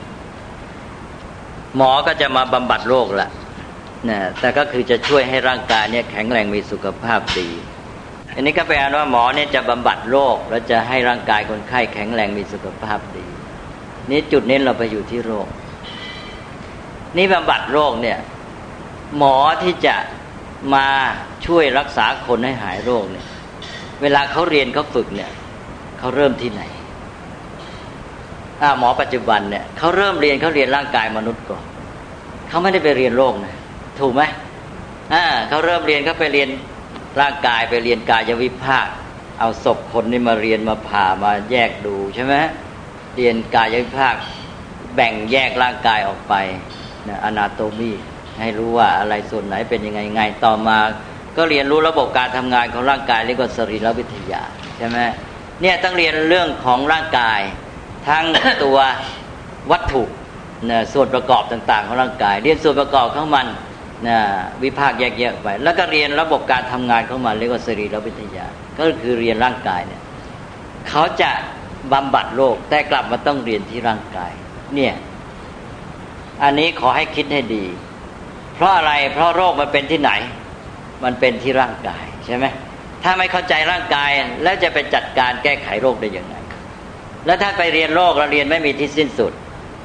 หมอก็จะมาบำบัดโรคละนะแต่ก็คือจะช่วยให้ร่างกายเนี่ยแข็งแรงมีสุขภาพดีอันนี้ก็แปลว่าหมอเนี่ยจะบำบัดโรคแล้วจะให้ร่างกายคนไข้แข็งแรงมีสุขภาพดีนี่จุดนี้เราไปอยู่ที่โรคนี่บำบัดโรคเนี่ยหมอที่จะมาช่วยรักษาคนให้หายโรคเนี่ยเวลาเขาเรียนเขาฝึกเนี่ยเขาเริ่มที่ไหนอ่าหมอปัจจุบันเนี่ยเขาเริ่มเรียนเขาเรียนร่างกายมนุษย์ก่อนเขาไม่ได้ไปเรียนโรคนะถูกไหมอ่าเขาเริ่มเรียนเขาไปเรียนร่างกายไปเรียนกายวิภาคเอาศพคนนี่มาเรียนมาผ่ามาแยกดูใช่ไหมเรียนกายวิภาคแบ่งแยกร่างกายออกไปนะอนาโตมีให้รู้ว่าอะไรส่วนไหนเป็นยังไงไงต่อมาก็เรียนรู้ระบบการทำงานของร่างกายเรียกว่าสรีรวิทยาใช่ไหมเนี่ยต้องเรียนเรื่องของร่างกายทั้ง ตัววัตถุนะส่วนประกอบต่างๆของร่างกายเรียนส่วนประกอบของมันนะวิภาคแยกแยะไปแล้วก็เรียนระบบการทำงานของมันเรียกว่าสรีรวิทยาก็คือเรียนร่างกายเนี่ยเขาจะบำบัดโรคแต่กลับมาต้องเรียนที่ร่างกายเนี่ยอันนี้ขอให้คิดให้ดีเพราะอะไรเพราะโรคมันเป็นที่ไหนมันเป็นที่ร่างกายใช่ไหมถ้าไม่เข้าใจร่างกายแล้วจะไปจัดการแก้ไขโรคได้ยังไงแล้วถ้าไปเรียนโรคเราเรียนไม่มีที่สิ้นสุด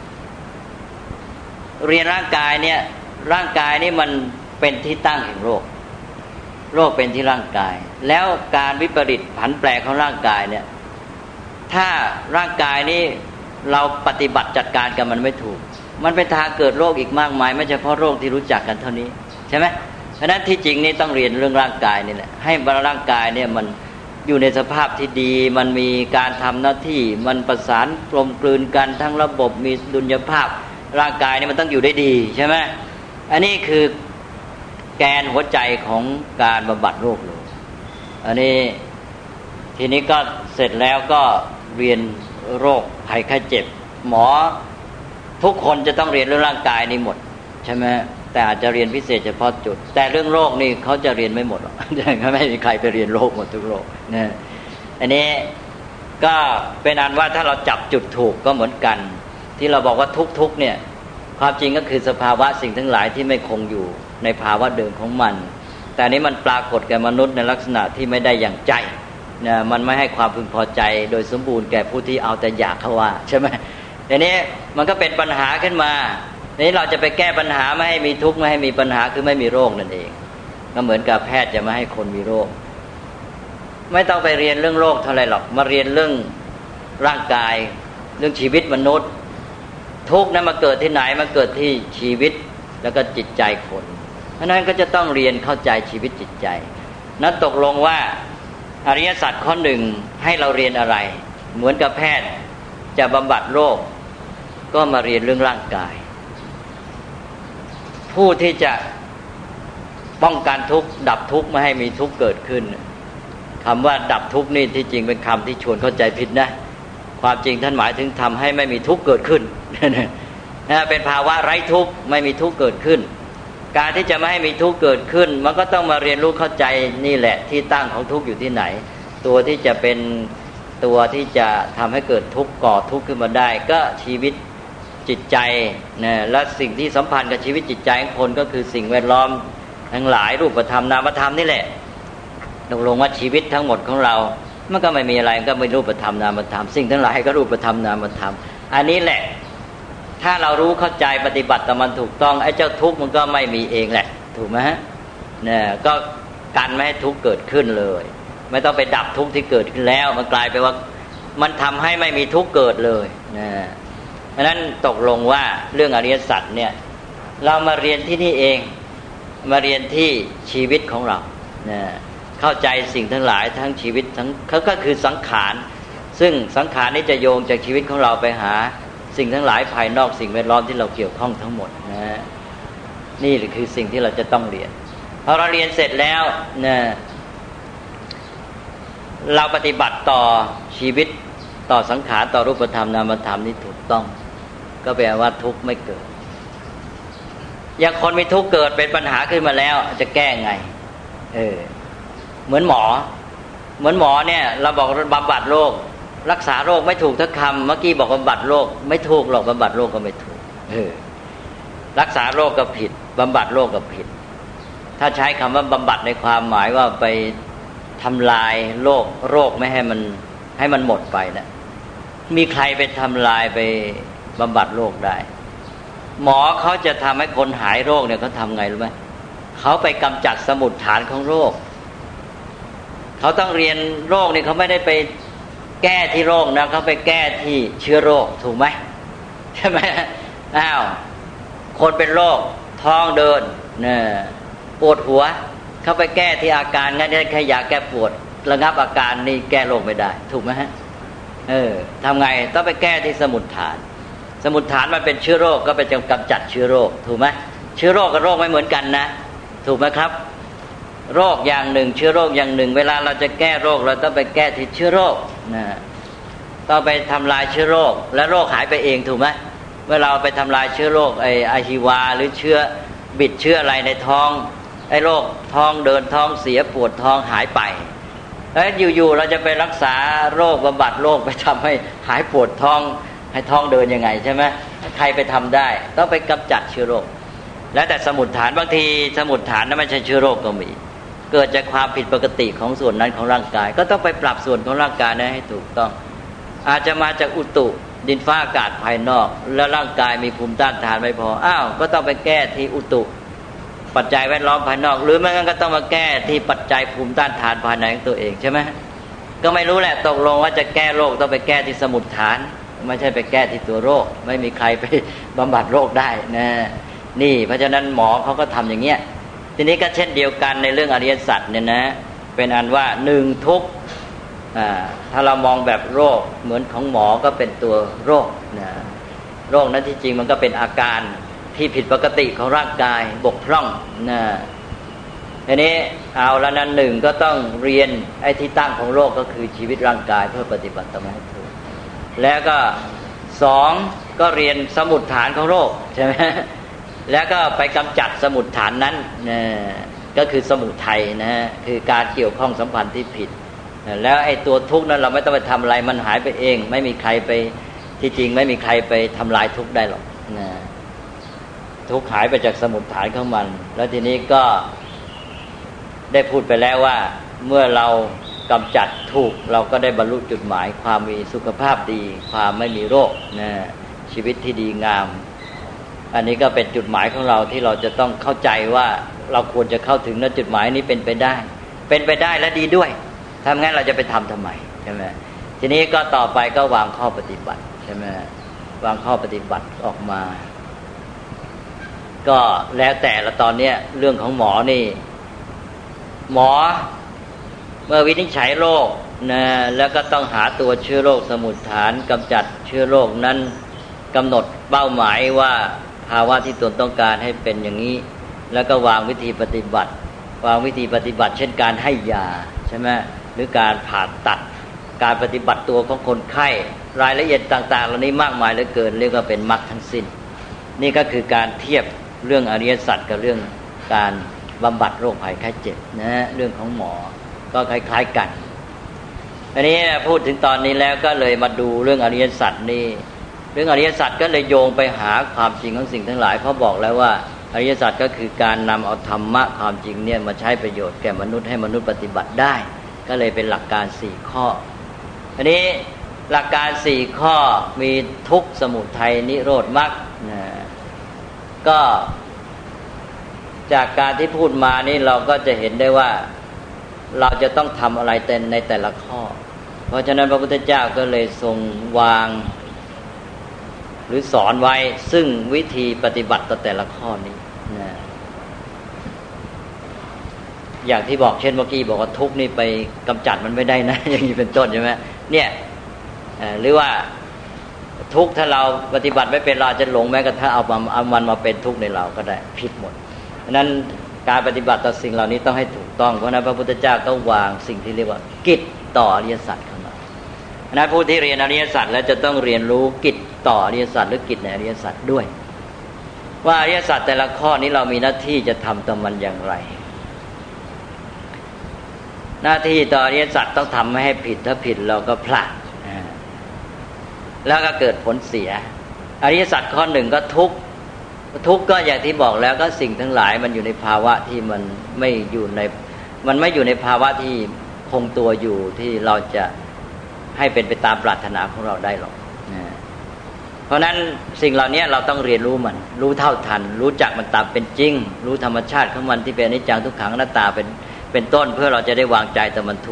เรียนร่างกายเนี่ยร่างกายนี่มันเป็นที่ตั้งแห่งโรคโรคเป็นที่ร่างกายแล้วการวิปริตผันแปรของร่างกายเนี่ยถ้าร่างกายนี้เราปฏิบัติจัดการกับมันไม่ถูกมันเป็นทางเกิดโรคอีกมากมายไม่เฉพาะโรคที่รู้จักกันเท่านี้ใช่ไหมเพราะฉะนั้นที่จริงนี่ต้องเรียนเรื่องร่างกายนี่แหละให้ร่างกายเนี่ยมันอยู่ในสภาพที่ดีมันมีการทำหน้าที่มันประสานกลมกลืนกันทั้งระบบมีดุลยภาพร่างกายนี่มันต้องอยู่ได้ดีใช่ไหมอันนี้คือแกนหัวใจของการบำบัดโรคเลยอันนี้ทีนี้ก็เสร็จแล้วก็เรียนโรคภัยไข้เจ็บหมอทุกคนจะต้องเรียนเรื่องร่างกายนี่หมดใช่ไหมแต่อาจจะเรียนพิเศษเฉพาะจุดแต่เรื่องโรคนี่เขาจะเรียนไม่หมดหรอกไม่มีใครไปเรียนโรคหมดทุกโรคนะอันนี้ก็เป็นอันว่าถ้าเราจับจุดถูกก็เหมือนกันที่เราบอกว่าทุกๆเนี่ยความจริงก็คือสภาวะสิ่งทั้งหลายที่ไม่คงอยู่ในภาวะเดิมของมันแต่นี้มันปรากฏแก่มนุษย์ในลักษณะที่ไม่ได้อย่างใจนะมันไม่ให้ความพึงพอใจโดยสมบูรณ์แก่ผู้ที่เอาแต่อยากเขาว่าใช่ไหมทีนี้มันก็เป็นปัญหาขึ้นมาทีนี้เราจะไปแก้ปัญหาไม่ให้มีทุกข์ไม่ให้มีปัญหาคือไม่มีโรคนั่นเองก็เหมือนกับแพทย์จะไม่ให้คนมีโรคไม่ต้องไปเรียนเรื่องโรคเท่าไหร่หรอกมาเรียนเรื่องร่างกายเรื่องชีวิตมนุษย์ทุกข์นั้นมาเกิดที่ไหนมาเกิดที่ชีวิตแล้วก็จิตใจคนเพราะนั้นก็จะต้องเรียนเข้าใจชีวิตจิตใจนั้นตกลงว่าอริยสัจข้อหนึ่งให้เราเรียนอะไรเหมือนกับแพทย์จะบำบัดโรคก็มาเรียนเรื่องร่างกายผู้ที่จะป้องกันทุกข์ดับทุกข์ไม่ให้มีทุกข์เกิดขึ้นคำว่าดับทุกข์นี่ที่จริงเป็นคำที่ชวนเข้าใจผิดนะความจริงท่านหมายถึงทำให้ไม่มีทุกข์เกิดขึ้นนะเป็นภาวะไร้ทุกข์ไม่มีทุกข์เกิดขึ้นการที่จะไม่ให้มีทุกข์เกิดขึ้นมันก็ต้องมาเรียนรู้เข้าใจนี่แหละที่ตั้งของทุกข์อยู่ที่ไหนตัวที่จะเป็นตัวที่จะทำให้เกิดทุกข์ก่อทุกข์ขึ้นมาได้ก็ชีวิตจิตใจนะและสิ่งที่สัมพันธ์กับชีวิตจิตใจของคนก็คือสิ่งแวดล้อมทั้งหลายรูปธรรมนามธรรมนี่แหละตกลงว่าชีวิตทั้งหมดของเรามันก็ไม่มีอะไรก็ไม่รูปธรรมนามธรรมสิ่งทั้งหลายก็รูปธรรมนามธรรมอันนี้แหละถ้าเรารู้เข้าใจปฏิบัติแต่มันถูกต้องไอ้เจ้าทุกข์มันก็ไม่มีเองแหละถูกไหมฮะเนี่ยก็กันไม่ให้ทุกข์เกิดขึ้นเลยไม่ต้องไปดับทุกข์ที่เกิดขึ้นแล้วมันกลายไปว่ามันทำให้ไม่มีทุกข์เกิดเลยนะเพราะนั้นตกลงว่าเรื่องอริยสัจเนี่ยเรามาเรียนที่นี่เองมาเรียนที่ชีวิตของเรานะเข้าใจสิ่งทั้งหลายทั้งชีวิตทั้งเขาก็คือสังขารซึ่งสังขารนี้จะโยงจากชีวิตของเราไปหาสิ่งทั้งหลายภายนอกสิ่งแวดล้อมที่เราเกี่ยวข้องทั้งหมดนะนี่คือสิ่งที่เราจะต้องเรียนพอเราเรียนเสร็จแล้วนะเราปฏิบัติต่อชีวิตต่อสังขารต่อรูปธรรมนามธรรมนี่ถูกต้องก็แปลว่าทุกข์ไม่เกิดอย่างคนมีทุกข์เกิดเป็นปัญหาขึ้นมาแล้วจะแก้ไงเออเหมือนหมอเหมือนหมอเนี่ยเราบอกบำบัดโรครักษาโรคไม่ถูกทุกคำเมื่อกี้บอกบำบัดโรคไม่ถูกหรอกบำบัดโรคก็ไม่ถูกเออรักษาโรคก็ผิดบำบัดโรคก็ผิดถ้าใช้คำว่าบำบัดในความหมายว่าไปทำลายโรคโรคไม่ให้มันให้มันหมดไปนะมีใครไปทำลายไปบำบัดโรคได้หมอเขาจะทำให้คนหายโรคเนี่ยเขาทำไงรู้ไหมเขาไปกำจัดสมุฏฐานของโรคเขาต้องเรียนโรคนี่เขาไม่ได้ไปแก้ที่โรคนะเขาไปแก้ที่เชื้อโรคถูกไหมใช่ไหมอ้าวคนเป็นโรคท้องเดินเนี่ยปวดหัวเขาไปแก้ที่อาการงั้นแค่ยาแก้ปวดระงับอาการนี่แก้โรคไม่ได้ถูกไหมฮะเออทำไงต้องไปแก้ที่สมุฏฐานสมุฏฐานมันเป็นเชื้อโรคก็ไปกำจัดเชื้อโรคถูกไหมเชื้อโรคกับโรคไม่เหมือนกันนะถูกไหมครับโรคอย่างหนึ่งเชื้อโรคอย่างหนึ่งเวลาเราจะแก้โรคเราต้องไปแก้ที่เชื้อโรคนะต้องไปทำลายเชื้อโรคและโรคหายไปเองถูกไหมเมื่อเราไปทำลายเชื้อโรคไออะฮิวาหรือเชื้อบิดเชื้ออะไรในท้องไอโรคท้องเดินท้องเสียปวดท้องหายไปแล้วอยู่ๆเราจะไปรักษาโรคบำบัดโรคไปทำให้หายปวดท้องให้ท้องเดินยังไงใช่ไหมใครไปทำได้ต้องไปกำจัดเชื้อโรคแล้วแต่สมุฏฐานบางทีสมุฏฐานนั้นไม่ใช่เชื้อโรคก็มีเกิดจากความผิดปกติของส่วนนั้นของร่างกายก็ต้องไปปรับส่วนของร่างกายนั้นให้ถูกต้องอาจจะมาจากอุตุดินฟ้าอากาศภายนอกแล้วร่างกายมีภูมิต้านทานไม่พออ้าวก็ต้องไปแก้ที่อุตุปัจจัยแวดล้อมภายนอกหรือไม่งั้นก็ต้องมาแก้ที่ปัจจัยภูมิต้านทานภายในของตัวเองใช่ไหมก็ไม่รู้แหละตกลงว่าจะแก้โรคต้องไปแก้ที่สมุฏฐานไม่ใช่ไปแก้ที่ตัวโรคไม่มีใครไปบำบัดโรคได้นะนี่เพราะฉะนั้นหมอเขาก็ทำอย่างเงี้ยทีนี้ก็เช่นเดียวกันในเรื่องอริยสัจเนี่ยนะเป็นอันว่าหนึ่งทุกข์ถ้าเรามองแบบโรคเหมือนของหมอก็เป็นตัวโรคนะโรคนั้นที่จริงมันก็เป็นอาการที่ผิดปกติของร่างกายบกพร่องนะทีนี้เอาแล้วนั้นหนึ่งก็ต้องเรียนไอ้ที่ตั้งของโรคก็คือชีวิตร่างกายเพื่อปฏิบัติตามให้ถูกแล้วก็สองก็เรียนสมุฏฐานของโรคใช่ไหมแล้วก็ไปกำจัดสมุฏฐานนั้นนะก็คือสมุทัยนะคือการเกี่ยวข้องสัมพันธ์ที่ผิดแล้วไอ้ตัวทุกข์นั้นเราไม่ต้องไปทำอะไรมันหายไปเองไม่มีใครไปที่จริงไม่มีใครไปทำลายทุกข์ได้หรอกนะทุกข์หายไปจากสมุฏฐานของมันแล้วทีนี้ก็ได้พูดไปแล้วว่าเมื่อเรากำจัดทุกข์เราก็ได้บรรลุจุดหมายความมีสุขภาพดีความไม่มีโรคนะชีวิตที่ดีงามอันนี้ก็เป็นจุดหมายของเราที่เราจะต้องเข้าใจว่าเราควรจะเข้าถึงนะจุดหมายนี้เป็นไปได้เป็นไปได้และดีด้วยทำงั้นเราจะไปทำทำไมใช่ไหมทีนี้ก็ต่อไปก็วางข้อปฏิบัติใช่ไหมวางข้อปฏิบัติออกมาก็แล้วแต่ละตอนนี้เรื่องของหมอนี่หมอเมื่อวินิจฉัยโรคนะแล้วก็ต้องหาตัวเชื้อโรคสมุฏฐานกำจัดเชื้อโรคนั้นกำหนดเป้าหมายว่าภาวะที่ตนต้องการให้เป็นอย่างนี้แล้วก็วางวิธีปฏิบัติวางวิธีปฏิบัติเช่นการให้ยาใช่ไหมหรือการผ่าตัดการปฏิบัติตัวของคนไข้รายละเอียดต่างๆเหล่านี้มากมายเหลือเกินเรียกว่าเป็นมรรคทั้งสิ้นนี่ก็คือการเทียบเรื่องอริยสัจกับเรื่องการบำบัดโรคภัยไข้เจ็บนะเรื่องของหมอก็คล้ายๆกันอันนี้พูดถึงตอนนี้แล้วก็เลยมาดูเรื่องอริยสัจนี่เรื่องอริยสัจก็เลยโยงไปหาความจริงของสิ่งทั้งหลายเขาบอกแล้วว่าอริยสัจก็คือการนำเอาธรรมะความจริงเนี่ยมาใช้ประโยชน์แก่มนุษย์ให้มนุษย์ปฏิบัติได้ก็เลยเป็นหลักการสี่ข้ออันนี้หลักการสี่ข้อมีทุกข์สมุทัยนิโรธมรรคนะก็จากการที่พูดมานี่เราก็จะเห็นได้ว่าเราจะต้องทำอะไรแต่ในแต่ละข้อเพราะฉะนั้นพระพุทธเจ้าก็เลยทรงวางหรือสอนไว้ซึ่งวิธีปฏิบัติต่อแต่ละข้อนี้นะอย่างที่บอกเช่นเมื่อกี้บอกว่าทุกข์นี่ไปกำจัดมันไม่ได้นะอย่างนี้เป็นต้นใช่ไหมเนี่ยหรือว่าทุกข์ถ้าเราปฏิบัติไม่เป็นเราจะหลงแม้กระทั่งเอามันเอามันมาเป็นทุกข์ในเราก็ได้ผิดหมดเพราะนั้นการปฏิบัติต่อสิ่งเหล่านี้ต้องให้ถูกต้องเพราะนั้นพระพุทธเจ้าก็วางสิ่งที่เรียกว่ากิจต่ออริยสัจเข้ามาเพราะนั้นผู้ที่เรียนอริยสัจแล้วจะต้องเรียนรู้กิจต่ออริยสัจหรือกิจในอริยสัจด้วยว่าอริยสัจแต่ละข้อนี้เรามีหน้าที่จะทำต่อมันอย่างไรหน้าที่ต่ออริยสัจต้องทำไม่ให้ผิดถ้าผิดเราก็พลาดแล้วก็เกิดผลเสียอริยสัจข้อหนึ่งก็ทุกข์ทุกข์ก็อย่างที่บอกแล้วก็สิ่งทั้งหลายมันอยู่ในภาวะที่มันไม่อยู่ในมันไม่อยู่ในภาวะที่คงตัวอยู่ที่เราจะให้เป็นไปตามปรารถนาของเราได้หรอกเพราะนั้นสิ่งเหล่านี้เราต้องเรียนรู้มันรู้เท่าทันรู้จักมันตามเป็นจริงรู้ธรรมชาติของมันที่เป็นอนิจจังทุกขังอนัตตาเป็นเป็นต้นเพื่อเราจะได้วางใจแต่มันถูก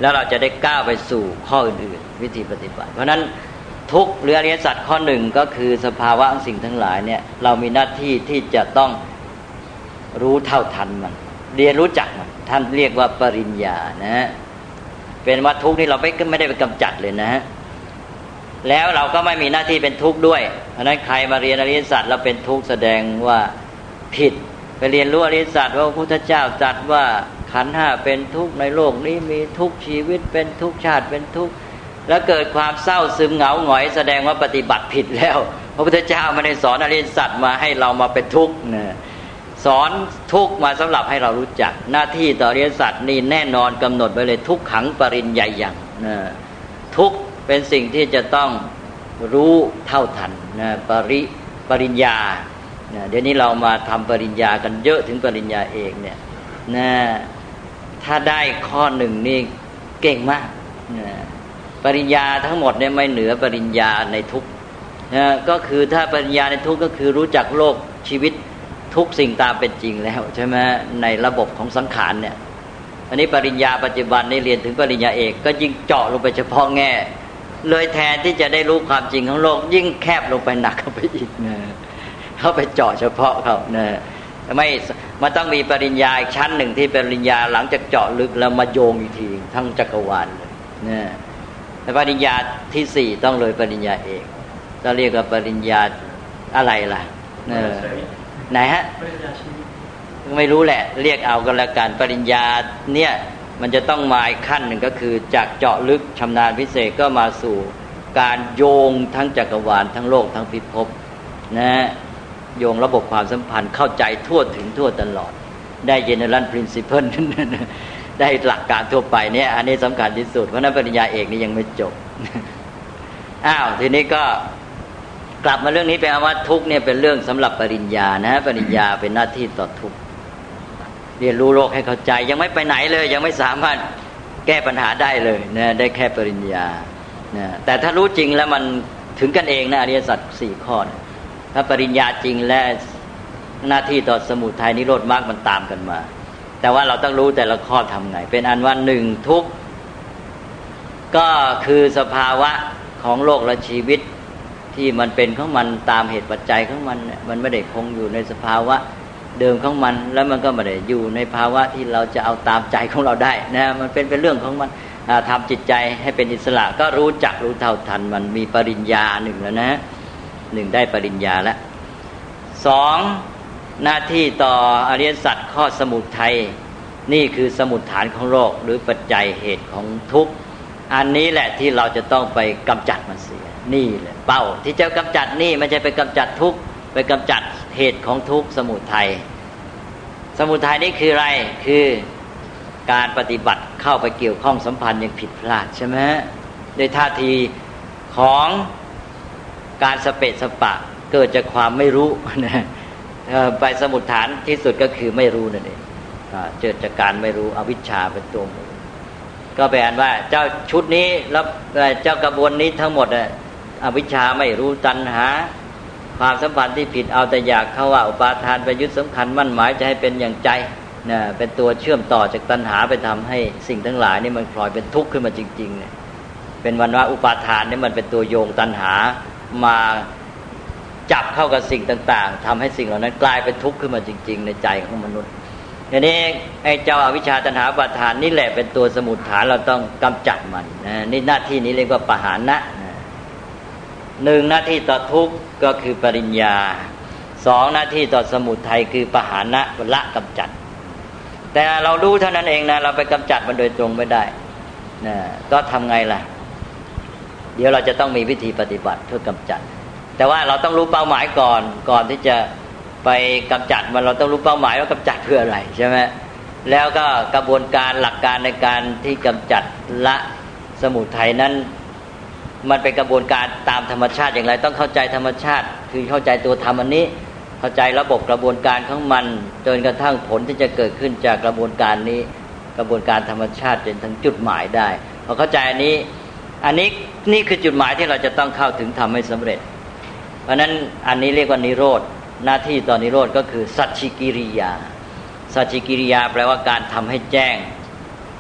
แล้วเราจะได้ก้าวไปสู่ข้ออื่นๆวิธีปฏิบัติเพราะฉะนั้นทุกข์หรืออริยสัจข้อหนึ่งก็คือสภาวะของสิ่งทั้งหลายเนี่ยเรามีหน้าที่ที่จะต้องรู้เท่าทันมันเรียนรู้จักมันท่านเรียกว่าปริญญานะฮะเป็นว่าทุกข์นี่เราไม่ไม่ได้ไปกำจัดเลยนะฮะแล้วเราก็ไม่มีหน้าที่เป็นทุกข์ด้วยเพราะนั้นใครมาเรียนอริยสัจแล้วเป็นทุกข์แสดงว่าผิดไปเรียนรู้อริยสัจว่าพระพุทธเจ้าตรัสว่าขันธ์ห้าเป็นทุกข์ในโลกนี้มีทุกข์ชีวิตเป็นทุกข์ชาติเป็นทุกข์แล้วเกิดความเศร้าซึมเหงาหงอยแสดงว่าปฏิบัติผิดแล้วพระพุทธเจ้าไม่ได้สอนอริยสัจมาให้เรามาเป็นทุกข์นะสอนทุกข์มาสำหรับให้เรารู้จักหน้าที่ต่ออริยสัจนี่แน่นอนกำหนดไว้เลยทุกขังปริญญายังนะทุกข์เป็นสิ่งที่จะต้องรู้เท่าทันนะปริปริญญานะเดี๋ยวนี้เรามาทำปริญญากันเยอะถึงปริญญาเอกเนี่ยนะถ้าได้ข้อหนึ่งนี่เก่งมากนะปริญญาทั้งหมดเนี่ยไม่เหนือปริญญาในทุกข์นะก็คือถ้าปริญญาในทุกข์ก็คือรู้จักโลกชีวิตทุกสิ่งตามเป็นจริงแล้วใช่ไหมในระบบของสังขารเนี่ยอันนี้ปริญญาปัจจุบันนี่เรียนถึงปริญญาเอกก็ยิ่งเจาะลงไปเฉพาะแง่เลยแทนที่จะได้รู้ความจริงของโลกยิ่งแคบลงไปหนักเข้าไปอีกนะเข้าไปเจาะเฉพาะเขานะไม่มันต้องมีปริญญาอีกชั้นหนึ่งที่เป็นปริญญาหลังจากเจาะลึกแล้วมาโยงอีกทีทั้งจักรวาลเลยนะแต่ปริญญาที่สี่ต้องเลยปริญญาเอกจะเรียกว่าปริญญาอะไรล่ะเออไหนฮะไม่รู้แหละเรียกเอากันแล้วกันปริญญาเนี่ยมันจะต้องมาอีกขั้นหนึ่งก็คือจากเจาะลึกชำนาญพิเศษก็มาสู่การโยงทั้งจักรวาลทั้งโลกทั้งพิภพนะโยงระบบความสัมพันธ์เข้าใจทั่วถึงทั่วตลอดได้ general principle ได้หลักการทั่วไปเนี่ยอันนี้สำคัญที่สุดเพราะนั้นปริญญาเอกนี่ยังไม่จบอ้าวทีนี้ก็กลับมาเรื่องนี้แปลว่าทุกข์เนี่ยเป็นเรื่องสำหรับปริญญานะปริญญาเป็นหน้าที่ต่อทุกข์เรียนรู้โลกให้เข้าใจยังไม่ไปไหนเลยยังไม่สามารถแก้ปัญหาได้เลยนะได้แค่ปริญญานะแต่ถ้ารู้จริงแล้วมันถึงกันเองนะอริยสัจสี่ข้อถ้าปริญญาจริงและหน้าที่ต่อสมุทัยนิโรธมรรคมันตามกันมาแต่ว่าเราต้องรู้แต่ละข้อทำไงเป็นอันว่าหนึ่งทุกข์ก็คือสภาวะของโลกและชีวิตที่มันเป็นของมันตามเหตุปัจจัยของมันมันไม่ได้คงอยู่ในสภาวะเดิมของมันแล้วมันก็ไม่ได้อยู่ในภาวะที่เราจะเอาตามใจของเราได้นะมันเป็นเป็นเรื่องของมันทำจิตใจให้เป็นอิสระก็รู้จักรู้เท่าทันมันมีปริญญาหนึ่งแล้วนะหนึ่งได้ปริญญาแล้วสองหน้าที่ต่ออริยสัจข้อสมุทัยนี่คือสมุฏฐานของโลกหรือปัจจัยเหตุของทุกข์อันนี้แหละที่เราจะต้องไปกำจัดมันเสียนี่แหละเป้าที่จะกำจัดนี่ไม่ใช่ไปกำจัดทุกข์ไปกำจัดเหตุของทุกข์สมุทัยสมุทัยนี่คืออะไรคือการปฏิบัติเข้าไปเกี่ยวข้องสัมพันธ์อย่างผิดพลาดใช่ไหมโดยท่าทีของการสเปะสปะเกิดจากความไม่รู้นะไปสมุฏฐานที่สุดก็คือไม่รู้นั่นเองเกิดจากการไม่รู้อวิชชาเป็นตัวมูลก็แปลว่าเจ้าชุดนี้แล้วเจ้ากระบวนนี้ทั้งหมดอวิชชาไม่รู้ตัณหาความสัมพันธ์ที่ผิดเอาแต่อยากเข้าว่าอุปาทานไปยึดสำคัญมั่นหมายจะให้เป็นอย่างใจนะเป็นตัวเชื่อมต่อจากตัณหาไปทำให้สิ่งทั้งหลายนี่มันพลอยเป็นทุกข์ขึ้นมาจริงๆเนี่ยเป็นวันว่าอุปาทานนี่มันเป็นตัวโยงตัณหามาจับเข้ากับสิ่งต่างๆทำให้สิ่งเหล่านั้นกลายเป็นทุกข์ขึ้นมาจริงๆในใจของมนุษย์ทีนี้ไอ้เจ้าอวิชชาตัณหาอุปาทานนี่แหละเป็นตัวสมุฏฐานเราต้องกำจัดมันนะนี่หน้าที่นี้เรียกว่าปหานะหนึ่งหน้าที่ต่อทุกข์ก็คือปริญญาสองหน้าที่ต่อสมุทัยคือปหานะละกำจัดแต่เรารู้เท่านั้นเองนะเราไปกำจัดมันโดยตรงไม่ได้นะก็ทำไงล่ะเดี๋ยวเราจะต้องมีวิธีปฏิบัติเพื่อกำจัดแต่ว่าเราต้องรู้เป้าหมายก่อนก่อนที่จะไปกำจัดมันเราต้องรู้เป้าหมายว่ากำจัดเพื่ออะไรใช่ไหมแล้วก็กระบวนการหลักการในการที่กำจัดละสมุทัยนั้นมันเป็นกระบวนการตามธรรมชาติอย่างไรต้องเข้าใจธรรมชาติคือเข้าใจตัวธรรมอันนี้เข้าใจระบบกระบวนการของมันจนกระทั่งผลที่จะเกิดขึ้นจากกระบวนการนี้กระบวนการธรรมชาติจนถึงจุดหมายได้พอเข้าใจอันนี้อันนี้นี่คือจุดหมายที่เราจะต้องเข้าถึงทำให้สำเร็จเพราะนั้นอันนี้เรียกว่านิโรธหน้าที่ต่อนิโรธก็คือสัจฉิกิริยาสัจฉิกิริยาแปลว่าการทำให้แจ้ง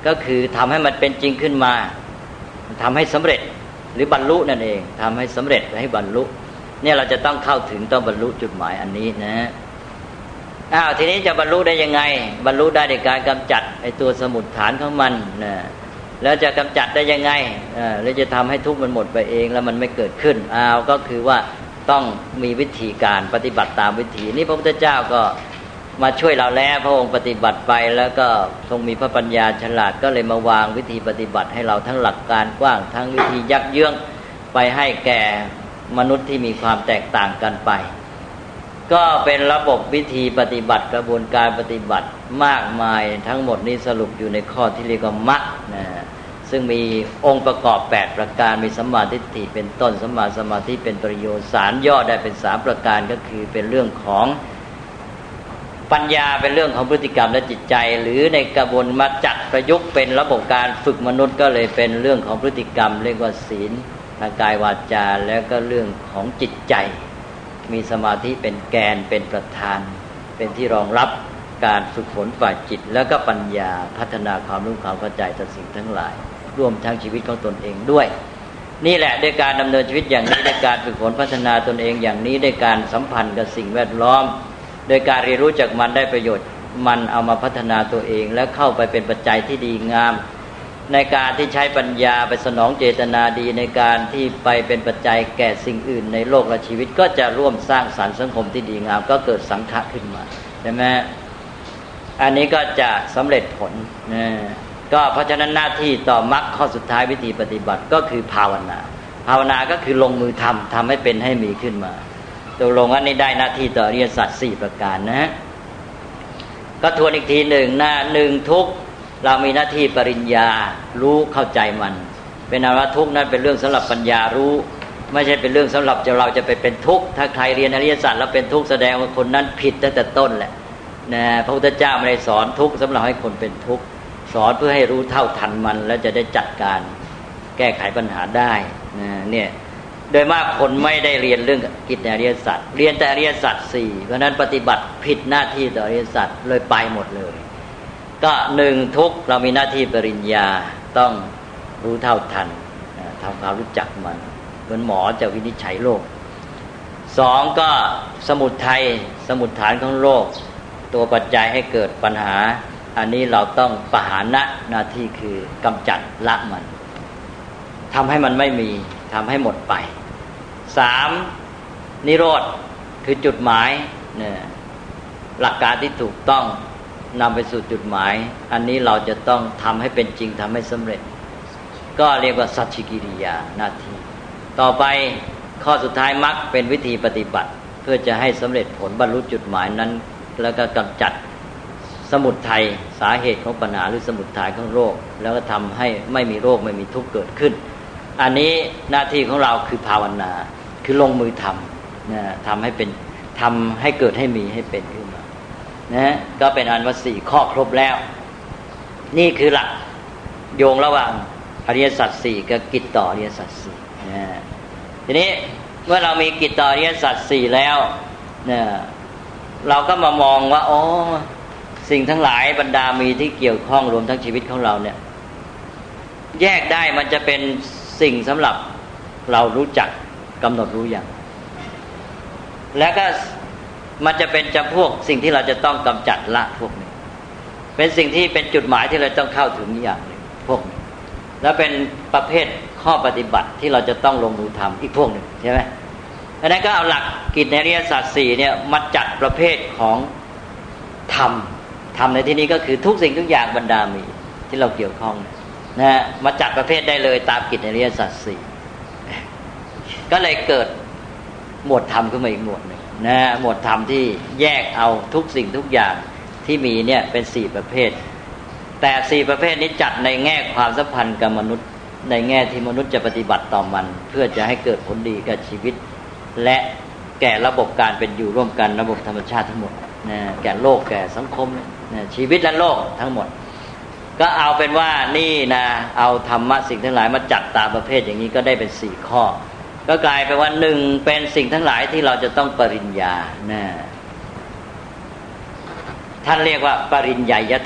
ก็คือทำให้มันเป็นจริงขึ้นมาทำให้สำเร็จหรือบรรลุนั่นเองทำให้สำเร็จให้บรรลุเนี่ยเราจะต้องเข้าถึงต้องบรรลุจุดหมายอันนี้นะอ้าวทีนี้จะบรรลุได้ยังไงบรรลุได้ในการกำจัดไอ้ตัวสมุฏฐานของมันนะแล้วจะกำจัดได้ยังไงอ่าแล้วจะทำให้ทุกข์มันหมดไปเองแล้วมันไม่เกิดขึ้นอ้าวก็คือว่าต้องมีวิธีการปฏิบัติตามวิธีนี้พระพุทธเจ้าก็มาช่วยเราแล้วพระองค์ปฏิบัติไปแล้วก็ทรงมีพระปัญญาฉลาดก็เลยมาวางวิธีปฏิบัติให้เราทั้งหลักการกว้างทั้งวิธียักเยื้องไปให้แก่มนุษย์ที่มีความแตกต่างกันไปก็เป็นระบบวิธีปฏิบัติกระบวนการปฏิบัติมากมายทั้งหมดนี้สรุปอยู่ในข้อที่เรียกว่ามรรคนะซึ่งมีองค์ประกอบแปดประการมีสัมมาทิฏฐิเป็นต้นสัมมาสมาธิเป็นประโยชน์สารย่อได้เป็นสามประการก็คือเป็นเรื่องของปัญญาเป็นเรื่องของพฤติกรรมและจิตใจหรือในกระบวนมาจัดประยุกต์เป็นระบบการฝึกมนุษย์ก็เลยเป็นเรื่องของพฤติกรรมเรียกว่าศีลทางกายวาจาแล้วก็เรื่องของจิตใจมีสมาธิเป็นแกนเป็นประธานเป็นที่รองรับการฝึกฝนฝ่ายจิตแล้วก็ปัญญาพัฒนาความรู้ความเข้าใจต่อสิ่งทั้งหลายรวมทั้งชีวิตของตนเองด้วยนี่แหละด้วยการดำเนินชีวิตอย่างนี้ด้วยการฝึกฝนพัฒนาตนเองอย่างนี้ด้วยการสัมพันธ์กับสิ่งแวดล้อมโดยการเรียนรู้จากมันได้ประโยชน์มันเอามาพัฒนาตัวเองและเข้าไปเป็นปัจจัยที่ดีงามในการที่ใช้ปัญญาไปสนองเจตนาดีในการที่ไปเป็นปัจจัยแก่สิ่งอื่นในโลกและชีวิตก็จะร่วมสร้างสรรค์สังคมที่ดีงามก็เกิดสังฆะขึ้นมาใช่ไหมอันนี้ก็จะสำเร็จผลนะก็เพราะฉะนั้นหน้าที่ต่อมรรคข้อสุดท้ายวิธีปฏิบัติก็คือภาวนาภาวนาก็คือลงมือทำทำให้เป็นให้มีขึ้นมาตกลงว่านี่ได้หน้าที่ต่ออริยสัจสี่ประการนะก็ทวนอีกทีหนึ่งหน้าหนึ่งทุกข์เรามีหน้าที่ปริญญารู้เข้าใจมันเป็นอว่าทุกข์นั้นเป็นเรื่องสำหรับปัญญารู้ไม่ใช่เป็นเรื่องสำหรับจะเราจะไปเป็นทุกข์ถ้าใครเรียนอริยสัจแล้วเป็นทุกข์แสดงว่าคนนั้นผิดตั้งแต่ต้นแหละนะพระพุทธเจ้าไม่ได้สอนทุกข์สำหรับให้คนเป็นทุกข์สอนเพื่อให้รู้เท่าทันมันแล้วจะได้จัดการแก้ไขปัญหาได้นะเนี่ยโดยมากคนไม่ได้เรียนเรื่องกิจในอริยสัจเรียนแต่อริยสัจสี่เพราะนั้นปฏิบัติผิดหน้าที่ต่ออริยสัจเลยไปหมดเลยก็หนึ่งทุกข์เรามีหน้าที่ปริญญาต้องรู้เท่าทันทำความรู้จักมันเหมือนหมอจะวินิจฉัยโรคสองก็สมุทัยสมุฏฐานของโรคตัวปัจจัยให้เกิดปัญหาอันนี้เราต้องปหานะหน้าที่คือกำจัดละมันทำให้มันไม่มีทำให้หมดไปสามนิโรธคือจุดหมายเนี่ยหลักการที่ถูกต้องนำไปสู่จุดหมายอันนี้เราจะต้องทำให้เป็นจริงทำให้สำเร็จก็เรียกว่าสัจฉิกิริยาหน้าที่ต่อไปข้อสุดท้ายมรรคเป็นวิธีปฏิบัติเพื่อจะให้สำเร็จผลบรรลุจุดหมายนั้นแล้วก็กำจัดสมุทัยสาเหตุของปัญหาหรือสมุทัยของโรคแล้วก็ทำให้ไม่มีโรคไม่มีทุกข์เกิดขึ้นอันนี้หน้าที่ของเราคือภาวนาคือลงมือทำนะทำให้เป็นทำให้เกิดให้มีให้เป็นขึ้นมานะก็เป็นอันว่าสี่ข้อครบแล้วนี่คือหลักโยงระหว่างอริยสัจสี่กับกิจต่ออริยสัจสี่นะทีนี้เมื่อเรามีกิจต่ออริยสัจสี่แล้วเนี่ยเราก็มามองว่าอ๋อสิ่งทั้งหลายบรรดามีที่เกี่ยวข้องรวมทั้งชีวิตของเราเนี่ยแยกได้มันจะเป็นสิ่งสำหรับเรารู้จักกำหนดรู้อย่างแล้วก็มันจะเป็นจำพวกสิ่งที่เราจะต้องกำจัดละพวกนี้เป็นสิ่งที่เป็นจุดหมายที่เราต้องเข้าถึงอย่างหนึ่งพวกนี้แล้วเป็นประเภทข้อปฏิบัติที่เราจะต้องลงมือทำอีกพวกหนึ่งใช่ไหมอันนั้นก็เอาหลักกิจในอริยสัจสี่เนี่ยมาจัดประเภทของธรรมธรรมในที่นี้ก็คือทุกสิ่งทุกอย่างบรรดามีที่เราเกี่ยวข้องนะฮะมาจัดประเภทได้เลยตามกิจในอริยสัจสี่ก็เลยเกิดหมวดธรรมขึ้นมาอีกหมวดหนึ่งนะหมวดธรรมที่แยกเอาทุกสิ่งทุกอย่างที่มีเนี่ยเป็นสี่ประเภทแต่สี่ประเภทนี้จัดในแง่ความสัมพันธ์กับมนุษย์ในแง่ที่มนุษย์จะปฏิบัติต่อมันเพื่อจะให้เกิดผลดีกับชีวิตและแก่ระบบการเป็นอยู่ร่วมกันระบบธรรมชาติทั้งหมดนะแก่โลกแก่สังคมนะชีวิตและโลกทั้งหมดก็เอาเป็นว่านี่นะเอาธรรมะสิ่งทั้งหลายมาจัดตามประเภทอย่างนี้ก็ได้เป็นสี่ข้อก็กลายเป็นว่าหนึ่งเป็นสิ่งทั้งหลายที่เราจะต้องปริญญานะท่านเรียกว่าปริญญายธรรม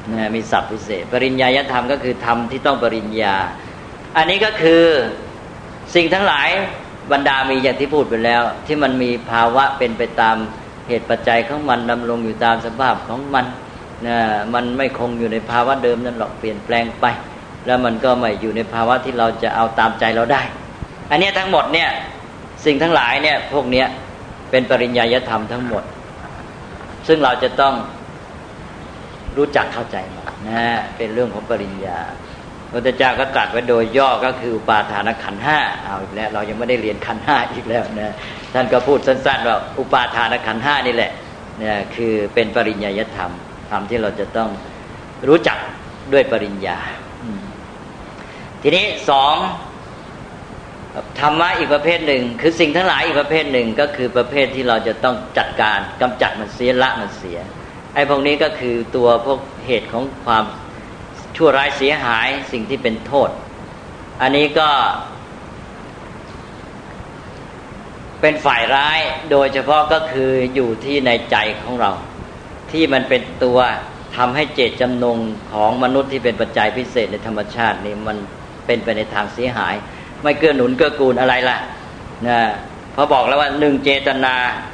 นะมีศัพท์พิเศษปริญญายธรรมก็คือธรรมที่ต้องปริญญาอันนี้ก็คือสิ่งทั้งหลายบรรดามีอย่างที่พูดไปแล้วที่มันมีภาวะเป็นไปตามเหตุปัจจัยของมันดำรงอยู่ตามสภาพของมันนะมันไม่คงอยู่ในภาวะเดิมนั่นหรอกเปลี่ยนแปลงไปแล้วมันก็ไม่อยู่ในภาวะที่เราจะเอาตามใจเราได้อันนี้ทั้งหมดเนี่ยสิ่งทั้งหลายเนี่ยพวกเนี้ยเป็นปริญญายธรรมทั้งหมดซึ่งเราจะต้องรู้จักเข้าใจมันนะเป็นเรื่องของปริญญาพระพุทธเจ้าก็ตรัสไว้โดยย่อก็คืออุปาทานขันธ์ห้าเอาอีกแล้วเรายังไม่ได้เรียนขันธ์ห้าอีกแล้วนะท่านก็พูดสั้นๆว่าอุปาทานขันธ์ห้านี่แหละเนี่ยคือเป็นปริญญายธรรมธรรมที่เราจะต้องรู้จักด้วยปริญญาทีนี้สองธรรมะอีกประเภทหนึ่งคือสิ่งทั้งหลายอีกประเภทหนึ่งก็คือประเภทที่เราจะต้องจัดการกำจัดมันเสียละมันเสียไอ้พวกนี้ก็คือตัวพวกเหตุของความชั่วร้ายเสียหายสิ่งที่เป็นโทษอันนี้ก็เป็นฝ่ายร้ายโดยเฉพาะก็คืออยู่ที่ในใจของเราที่มันเป็นตัวทำให้เจตจำนงของมนุษย์ที่เป็นปัจจัยพิเศษในธรรมชาตินี่มันเป็นไปในทางเสียหายไม่เกื้อหนุนเกื้อกูลอะไรล่ะนะเพราะบอกแล้วว่าหนึ่งเจตนา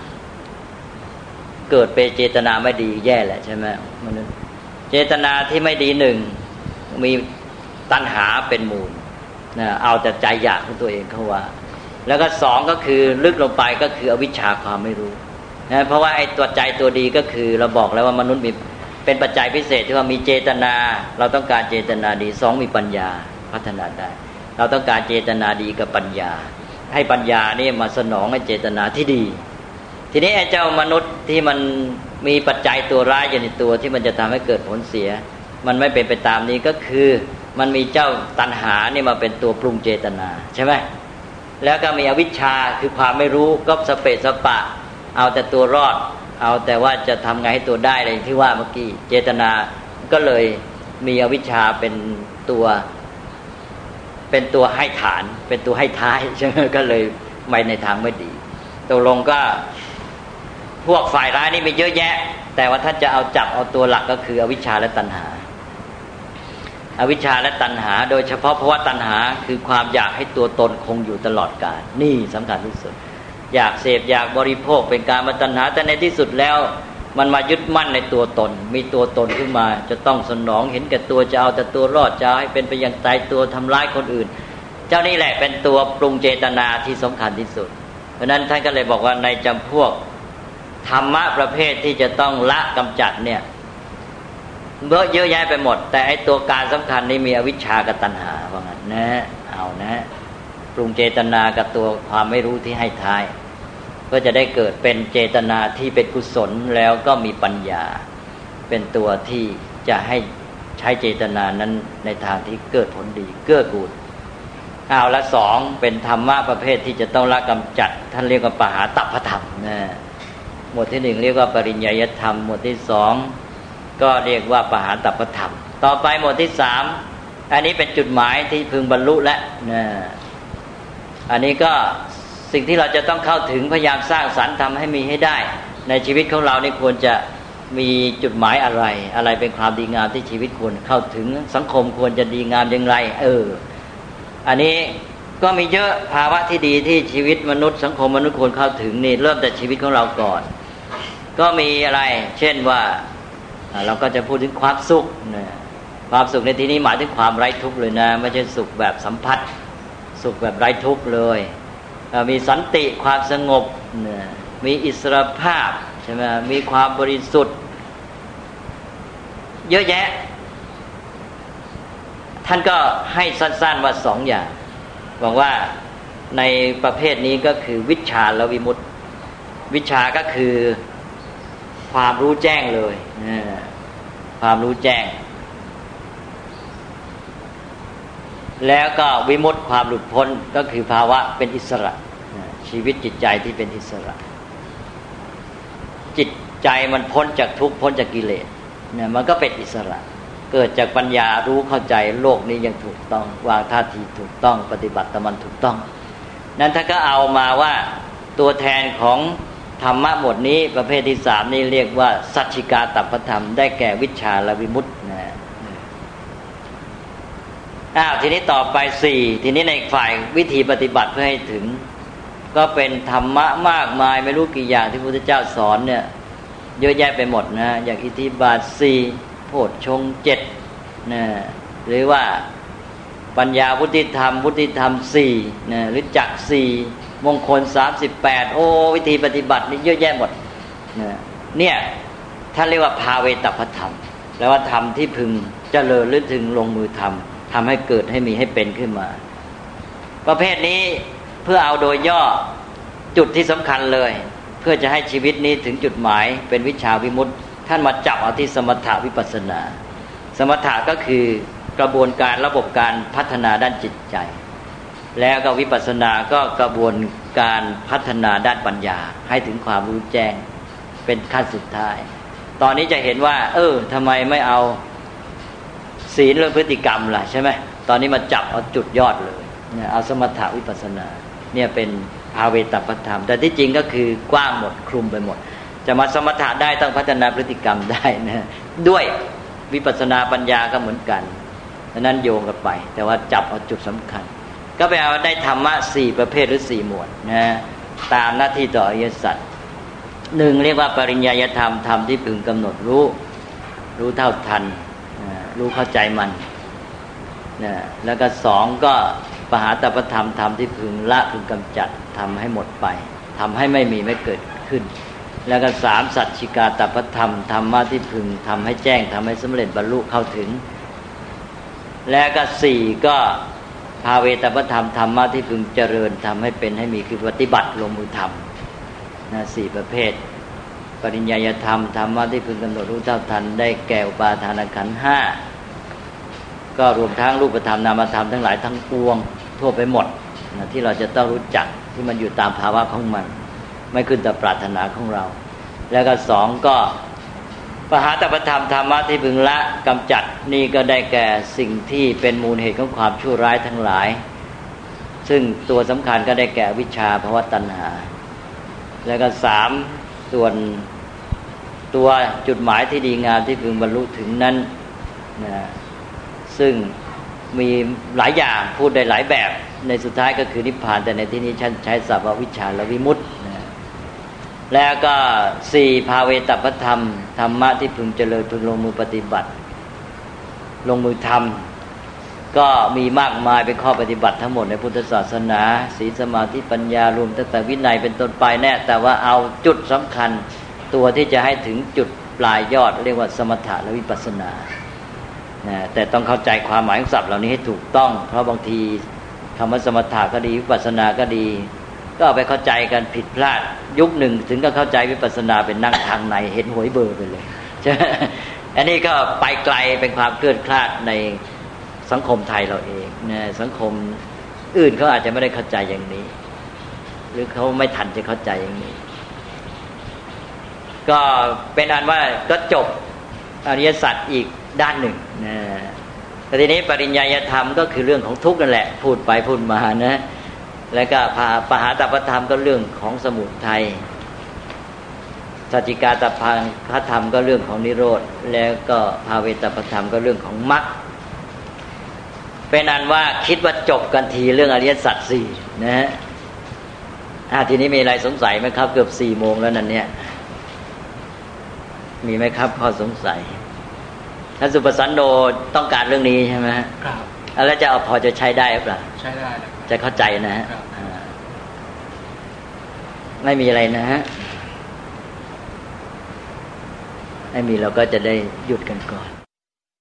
เกิดเป็นเจตนาไม่ดีแย่แหละใช่ไหมมนุษย์เจตนาที่ไม่ดีหนึ่งมีตัณหาเป็นมูลนะเอาแต่ใจอยากของตัวเองเข้าว่าแล้วก็สองก็คือลึกลงไปก็คืออวิชชาความไม่รู้นะเพราะว่าไอ้ตัวใจตัวดีก็คือเราบอกแล้วว่ามนุษย์มีเป็นปัจจัยพิเศษที่ว่ามีเจตนาเราต้องการเจตนาดีสองมีปัญญาพัฒนาได้เราต้องการเจตนาดีกับปัญญาให้ปัญญานี่มาสนองให้เจตนาที่ดีทีนี้ไอ้เจ้ามนุษย์ที่มันมีปัจจัยตัวร้ายอยู่ในตัวที่มันจะทำให้เกิดผลเสียมันไม่เป็นไปตามนี้ก็คือมันมีเจ้าตัณหานี่มาเป็นตัวปรุงเจตนาใช่ไหมแล้วก็มีอวิชชาคือความไม่รู้ก็สเปะสปะเอาแต่ตัวรอดเอาแต่ว่าจะทำไงให้ตัวได้อะไรที่ว่าเมื่อกี้เจตนาก็เลยมีอวิชชาเป็นตัวเป็นตัวให้ฐานเป็นตัวให้ท้ายใช่ไหมก็เลยไปในทางไม่ดีตกลงก็พวกฝ่ายร้ายนี่มีเยอะแยะแต่ว่าถ้าจะเอาจับเอาตัวหลักก็คืออวิชชาและตัณหาอวิชชาและตัณหาโดยเฉพาะเพราะว่าตัณหาคือความอยากให้ตัวตนคงอยู่ตลอดกาลนี่สำคัญที่สุดอยากเสพอยากบริโภคเป็นการมาตัณหาแต่ในที่สุดแล้วมันมายึดมั่นในตัวตนมีตัวตนขึ้นมาจะต้องสนองเห็นแก่ตัวจะเอาแต่ตัวรอดจะให้เป็นไปอย่างตายตัวทำร้ายคนอื่นเจ้านี่แหละเป็นตัวปรุงเจตนาที่สำคัญที่สุดเพราะนั้นท่านก็เลยบอกว่าในจำพวกธรรมะประเภทที่จะต้องละกำจัดเนี่ยเยอะเยอะแยะไปหมดแต่ไอ้ตัวการสำคัญนี่มีอวิชชากับตัณหาว่างั้นนะเอานะปรุงเจตนากับตัวความไม่รู้ที่ให้ท้ายก็จะได้เกิดเป็นเจตนาที่เป็นกุศลแล้วก็มีปัญญาเป็นตัวที่จะให้ใช้เจตนานั้นในทางที่เกิดผลดีเกื้อกูลเอาละสองเป็นธรรมะประเภทที่จะต้องละกำจัดท่านเรียกว่าปหาตัพพธรรมนะหมวดที่หนึ่งเรียกว่าปริญญายธรรมหมวดที่สองก็เรียกว่าปหาตัพพธรรมต่อไปหมวดที่สามอันนี้เป็นจุดหมายที่พึงบรรลุแล้วนะอันนี้ก็สิ่งที่เราจะต้องเข้าถึงพยายามสร้างสรรค์ทำให้มีให้ได้ในชีวิตของเรานี่ควรจะมีจุดหมายอะไรอะไรเป็นความดีงามที่ชีวิตควรเข้าถึงสังคมควรจะดีงามอย่างไรเอออันนี้ก็มีเยอะภาวะที่ดีที่ชีวิตมนุษย์สังคมมนุษย์ควรเข้าถึงนี่เริ่มแต่ชีวิตของเราก่อนก็มีอะไรเช่นว่าเราก็จะพูดถึงความสุขนะความสุขในที่นี้หมายถึงความไร้ทุกข์เลยนะไม่ใช่สุขแบบสัมผัสสุขแบบไร้ทุกข์เลยมีสันติความสงบนะมีอิสรภาพใช่ไหมมีความบริสุทธิ์เยอะแยะท่านก็ให้สั้นๆว่าสองอย่างบอกว่าในประเภทนี้ก็คือวิชชาและวิมุตติวิชชาก็คือความรู้แจ้งเลยนะความรู้แจ้งแล้วก็วิมุตติความหลุดพ้นก็คือภาวะเป็นอิสระชีวิตจิตใจที่เป็นอิสระจิตใจมันพ้นจากทุกข์พ้นจากกิเลสเนี่ยมันก็เป็นอิสระเกิดจากปัญญารู้เข้าใจโลกนี้ยังถูกต้องวางท่าทีถูกต้องปฏิบัติตามมันถูกต้องนั้นถ้าก็เอามาว่าตัวแทนของธรรมะหมดนี้ประเภทที่สามนี้เรียกว่าสัจฉิกาตัพพธรรมได้แก่วิชชาและวิมุตตินะอ้าวทีนี้ต่อไปสี่ทีนี้ในฝ่ายวิธีปฏิบัติเพื่อให้ถึงก็เป็นธรรมะมากมายไม่รู้กี่อย่างที่พระพุทธเจ้าสอนเนี่ยเยอะแยะไปหมดนะอย่างอิทธิบาทสี่โพชฌงค์เจ็ดนะหรือว่าปัญญาวุฒิธรรมวุฒิธรรมสี่นะหรือจักสี่มงคลสามสิบแปดโอ้วิธีปฏิบัตินี่เยอะแยะหมดนะเนี่ยท่านเรียกว่าภาเวตพธรรมแปลว่าธรรมที่พึงเจริญหรือถึงลงมือทำทำให้เกิดให้มีให้เป็นขึ้นมาประเภทนี้เพื่อเอาโดยย่อจุดที่สำคัญเลยเพื่อจะให้ชีวิตนี้ถึงจุดหมายเป็นวิชาวิมุตติท่านมาจับเอาที่สมถะวิปัสสนาสมถะก็คือกระบวนการระบบการพัฒนาด้านจิตใจแล้วก็วิปัสสนาก็กระบวนการพัฒนาด้านปัญญาให้ถึงความรู้แจ้งเป็นขั้นสุดท้ายตอนนี้จะเห็นว่าเออทำไมไม่เอาศีลเรื่องพฤติกรรมล่ะใช่ไหมตอนนี้มาจับเอาจุดยอดเลยเนี่ยเอาสมถะวิปัสสนาเนี่ยเป็นภาเวตพธรรมแต่ที่จริงก็คือกว้างหมดคลุมไปหมดจะมาสมถะได้ต้องพัฒนาพฤติกรรมได้นะด้วยวิปัสสนาปัญญาก็เหมือนกันดังนั้นโยงกันไปแต่ว่าจับเอาจุดสำคัญก็ไปเอาได้ธรรมะสี่ประเภทหรือสี่หมวดนะตามหน้าที่ต่ออริยสัจหนึ่งเรียกว่าปริญญาธรรมธรรมที่พึงกำหนดรู้รู้เท่าทันรู้เข้าใจมันนะแล้วก็สองก็ปหาตปธรรมธรรมที่พึงละพึงกำจัดทำให้หมดไปทำให้ไม่มีไม่เกิดขึ้นแล้วก็สามสัจฉิกาตปธรรมธรรมะที่พึงทำให้แจ้งทำให้สำเร็จบรรลุเข้าถึงแล้วก็สี่ก็ภาเวตปธรรมธรรมะที่พึงเจริญทำให้เป็นให้มีคือปฏิบัติลงมือทำนะสี่ประเภทปริญญาธรรมธรรมะที่พึงกำหนดรู้เท่าทันได้แก่อุปาทานขันธ์ห้าก็รวมทั้งรูปธรรมนามธรรมทั้งหลายทั้งปวงทั่วไปหมดนะที่เราจะต้องรู้จักที่มันอยู่ตามภาวะของมันไม่ขึ้นแต่ปรารถนาของเราแล้วก็สองก็ปหาตปธรรมธรรมะที่พึงละกำจัดนี่ก็ได้แก่สิ่งที่เป็นมูลเหตุของความชั่วร้ายทั้งหลายซึ่งตัวสำคัญก็ได้แก่วิชชาภวตัณหาแล้วก็สามส่วนตัวจุดหมายที่ดีงามที่พึงบรรลุถึงนั้นนะซึ่งมีหลายอย่างพูดได้หลายแบบในสุดท้ายก็คือนิพพานแต่ในที่นี้ฉันใช้ศัพท์ว่าวิชชาและวิมุตตินะแล้วก็สี่ภาเวตพธรรมธรรมะที่พึงเจริญพึงลงมือปฏิบัติลงมือทำก็มีมากมายเป็นข้อปฏิบัติทั้งหมดในพุทธศาสนาศีลสมาธิปัญญารวมตั้งแต่วินัยเป็นต้นไปแน่แต่ว่าเอาจุดสำคัญตัวที่จะให้ถึงจุดปลายยอดเรียกว่าสมถะและวิปัสสนานะแต่ต้องเข้าใจความหมายของศัพท์เหล่านี้ให้ถูกต้องเพราะบางทีคำว่าสมถะก็ดีวิปัสสนาก็ดีก็เอาไปเข้าใจกันผิดพลาดยุคหนึ่งถึงก็เข้าใจวิปัสสนาเป็นนั่งทางในเห็นหวยเบอร์ไปเลยใช่ไหมอันนี้ก็ไปไกลเป็นความเคลื่อนคลาดในสังคมไทยเราเองนะสังคมอื่นเขาอาจจะไม่ได้เข้าใจอย่างนี้หรือเขาไม่ทันจะเข้าใจอย่างนี้ก็เป็นอันว่าก็จบอริยสัจอีกด้านหนึ่งนะแต่ทีนี้ปริญญาธรรมก็คือเรื่องของทุกข์นั่นแหละพูดไปพูดมานะแล้วก็ปหาตปธรรมก็เรื่องของสมุทัยสัจจิกาตพังคธรรมก็เรื่องของนิโรธแล้วก็ภาเวตปธรรมก็เรื่องของมรรคเป็นอันว่าคิดว่าจบกันทีเรื่องอริยสัจสี่นะฮะอ่าทีนี้มีอะไรสงสัยไหมครับเกือบสี่โมงแล้วนั่นเนี่ยมีไหมครับข้อสงสัยท่านสุปสันโนต้องการเรื่องนี้ใช่ไหมครับแล้วจะเอาพอจะใช้ได้หรือเปล่าใช้ได้จะเข้าใจนะฮะไม่มีอะไรนะฮะไม่มีเราก็จะได้หยุดกันก่อน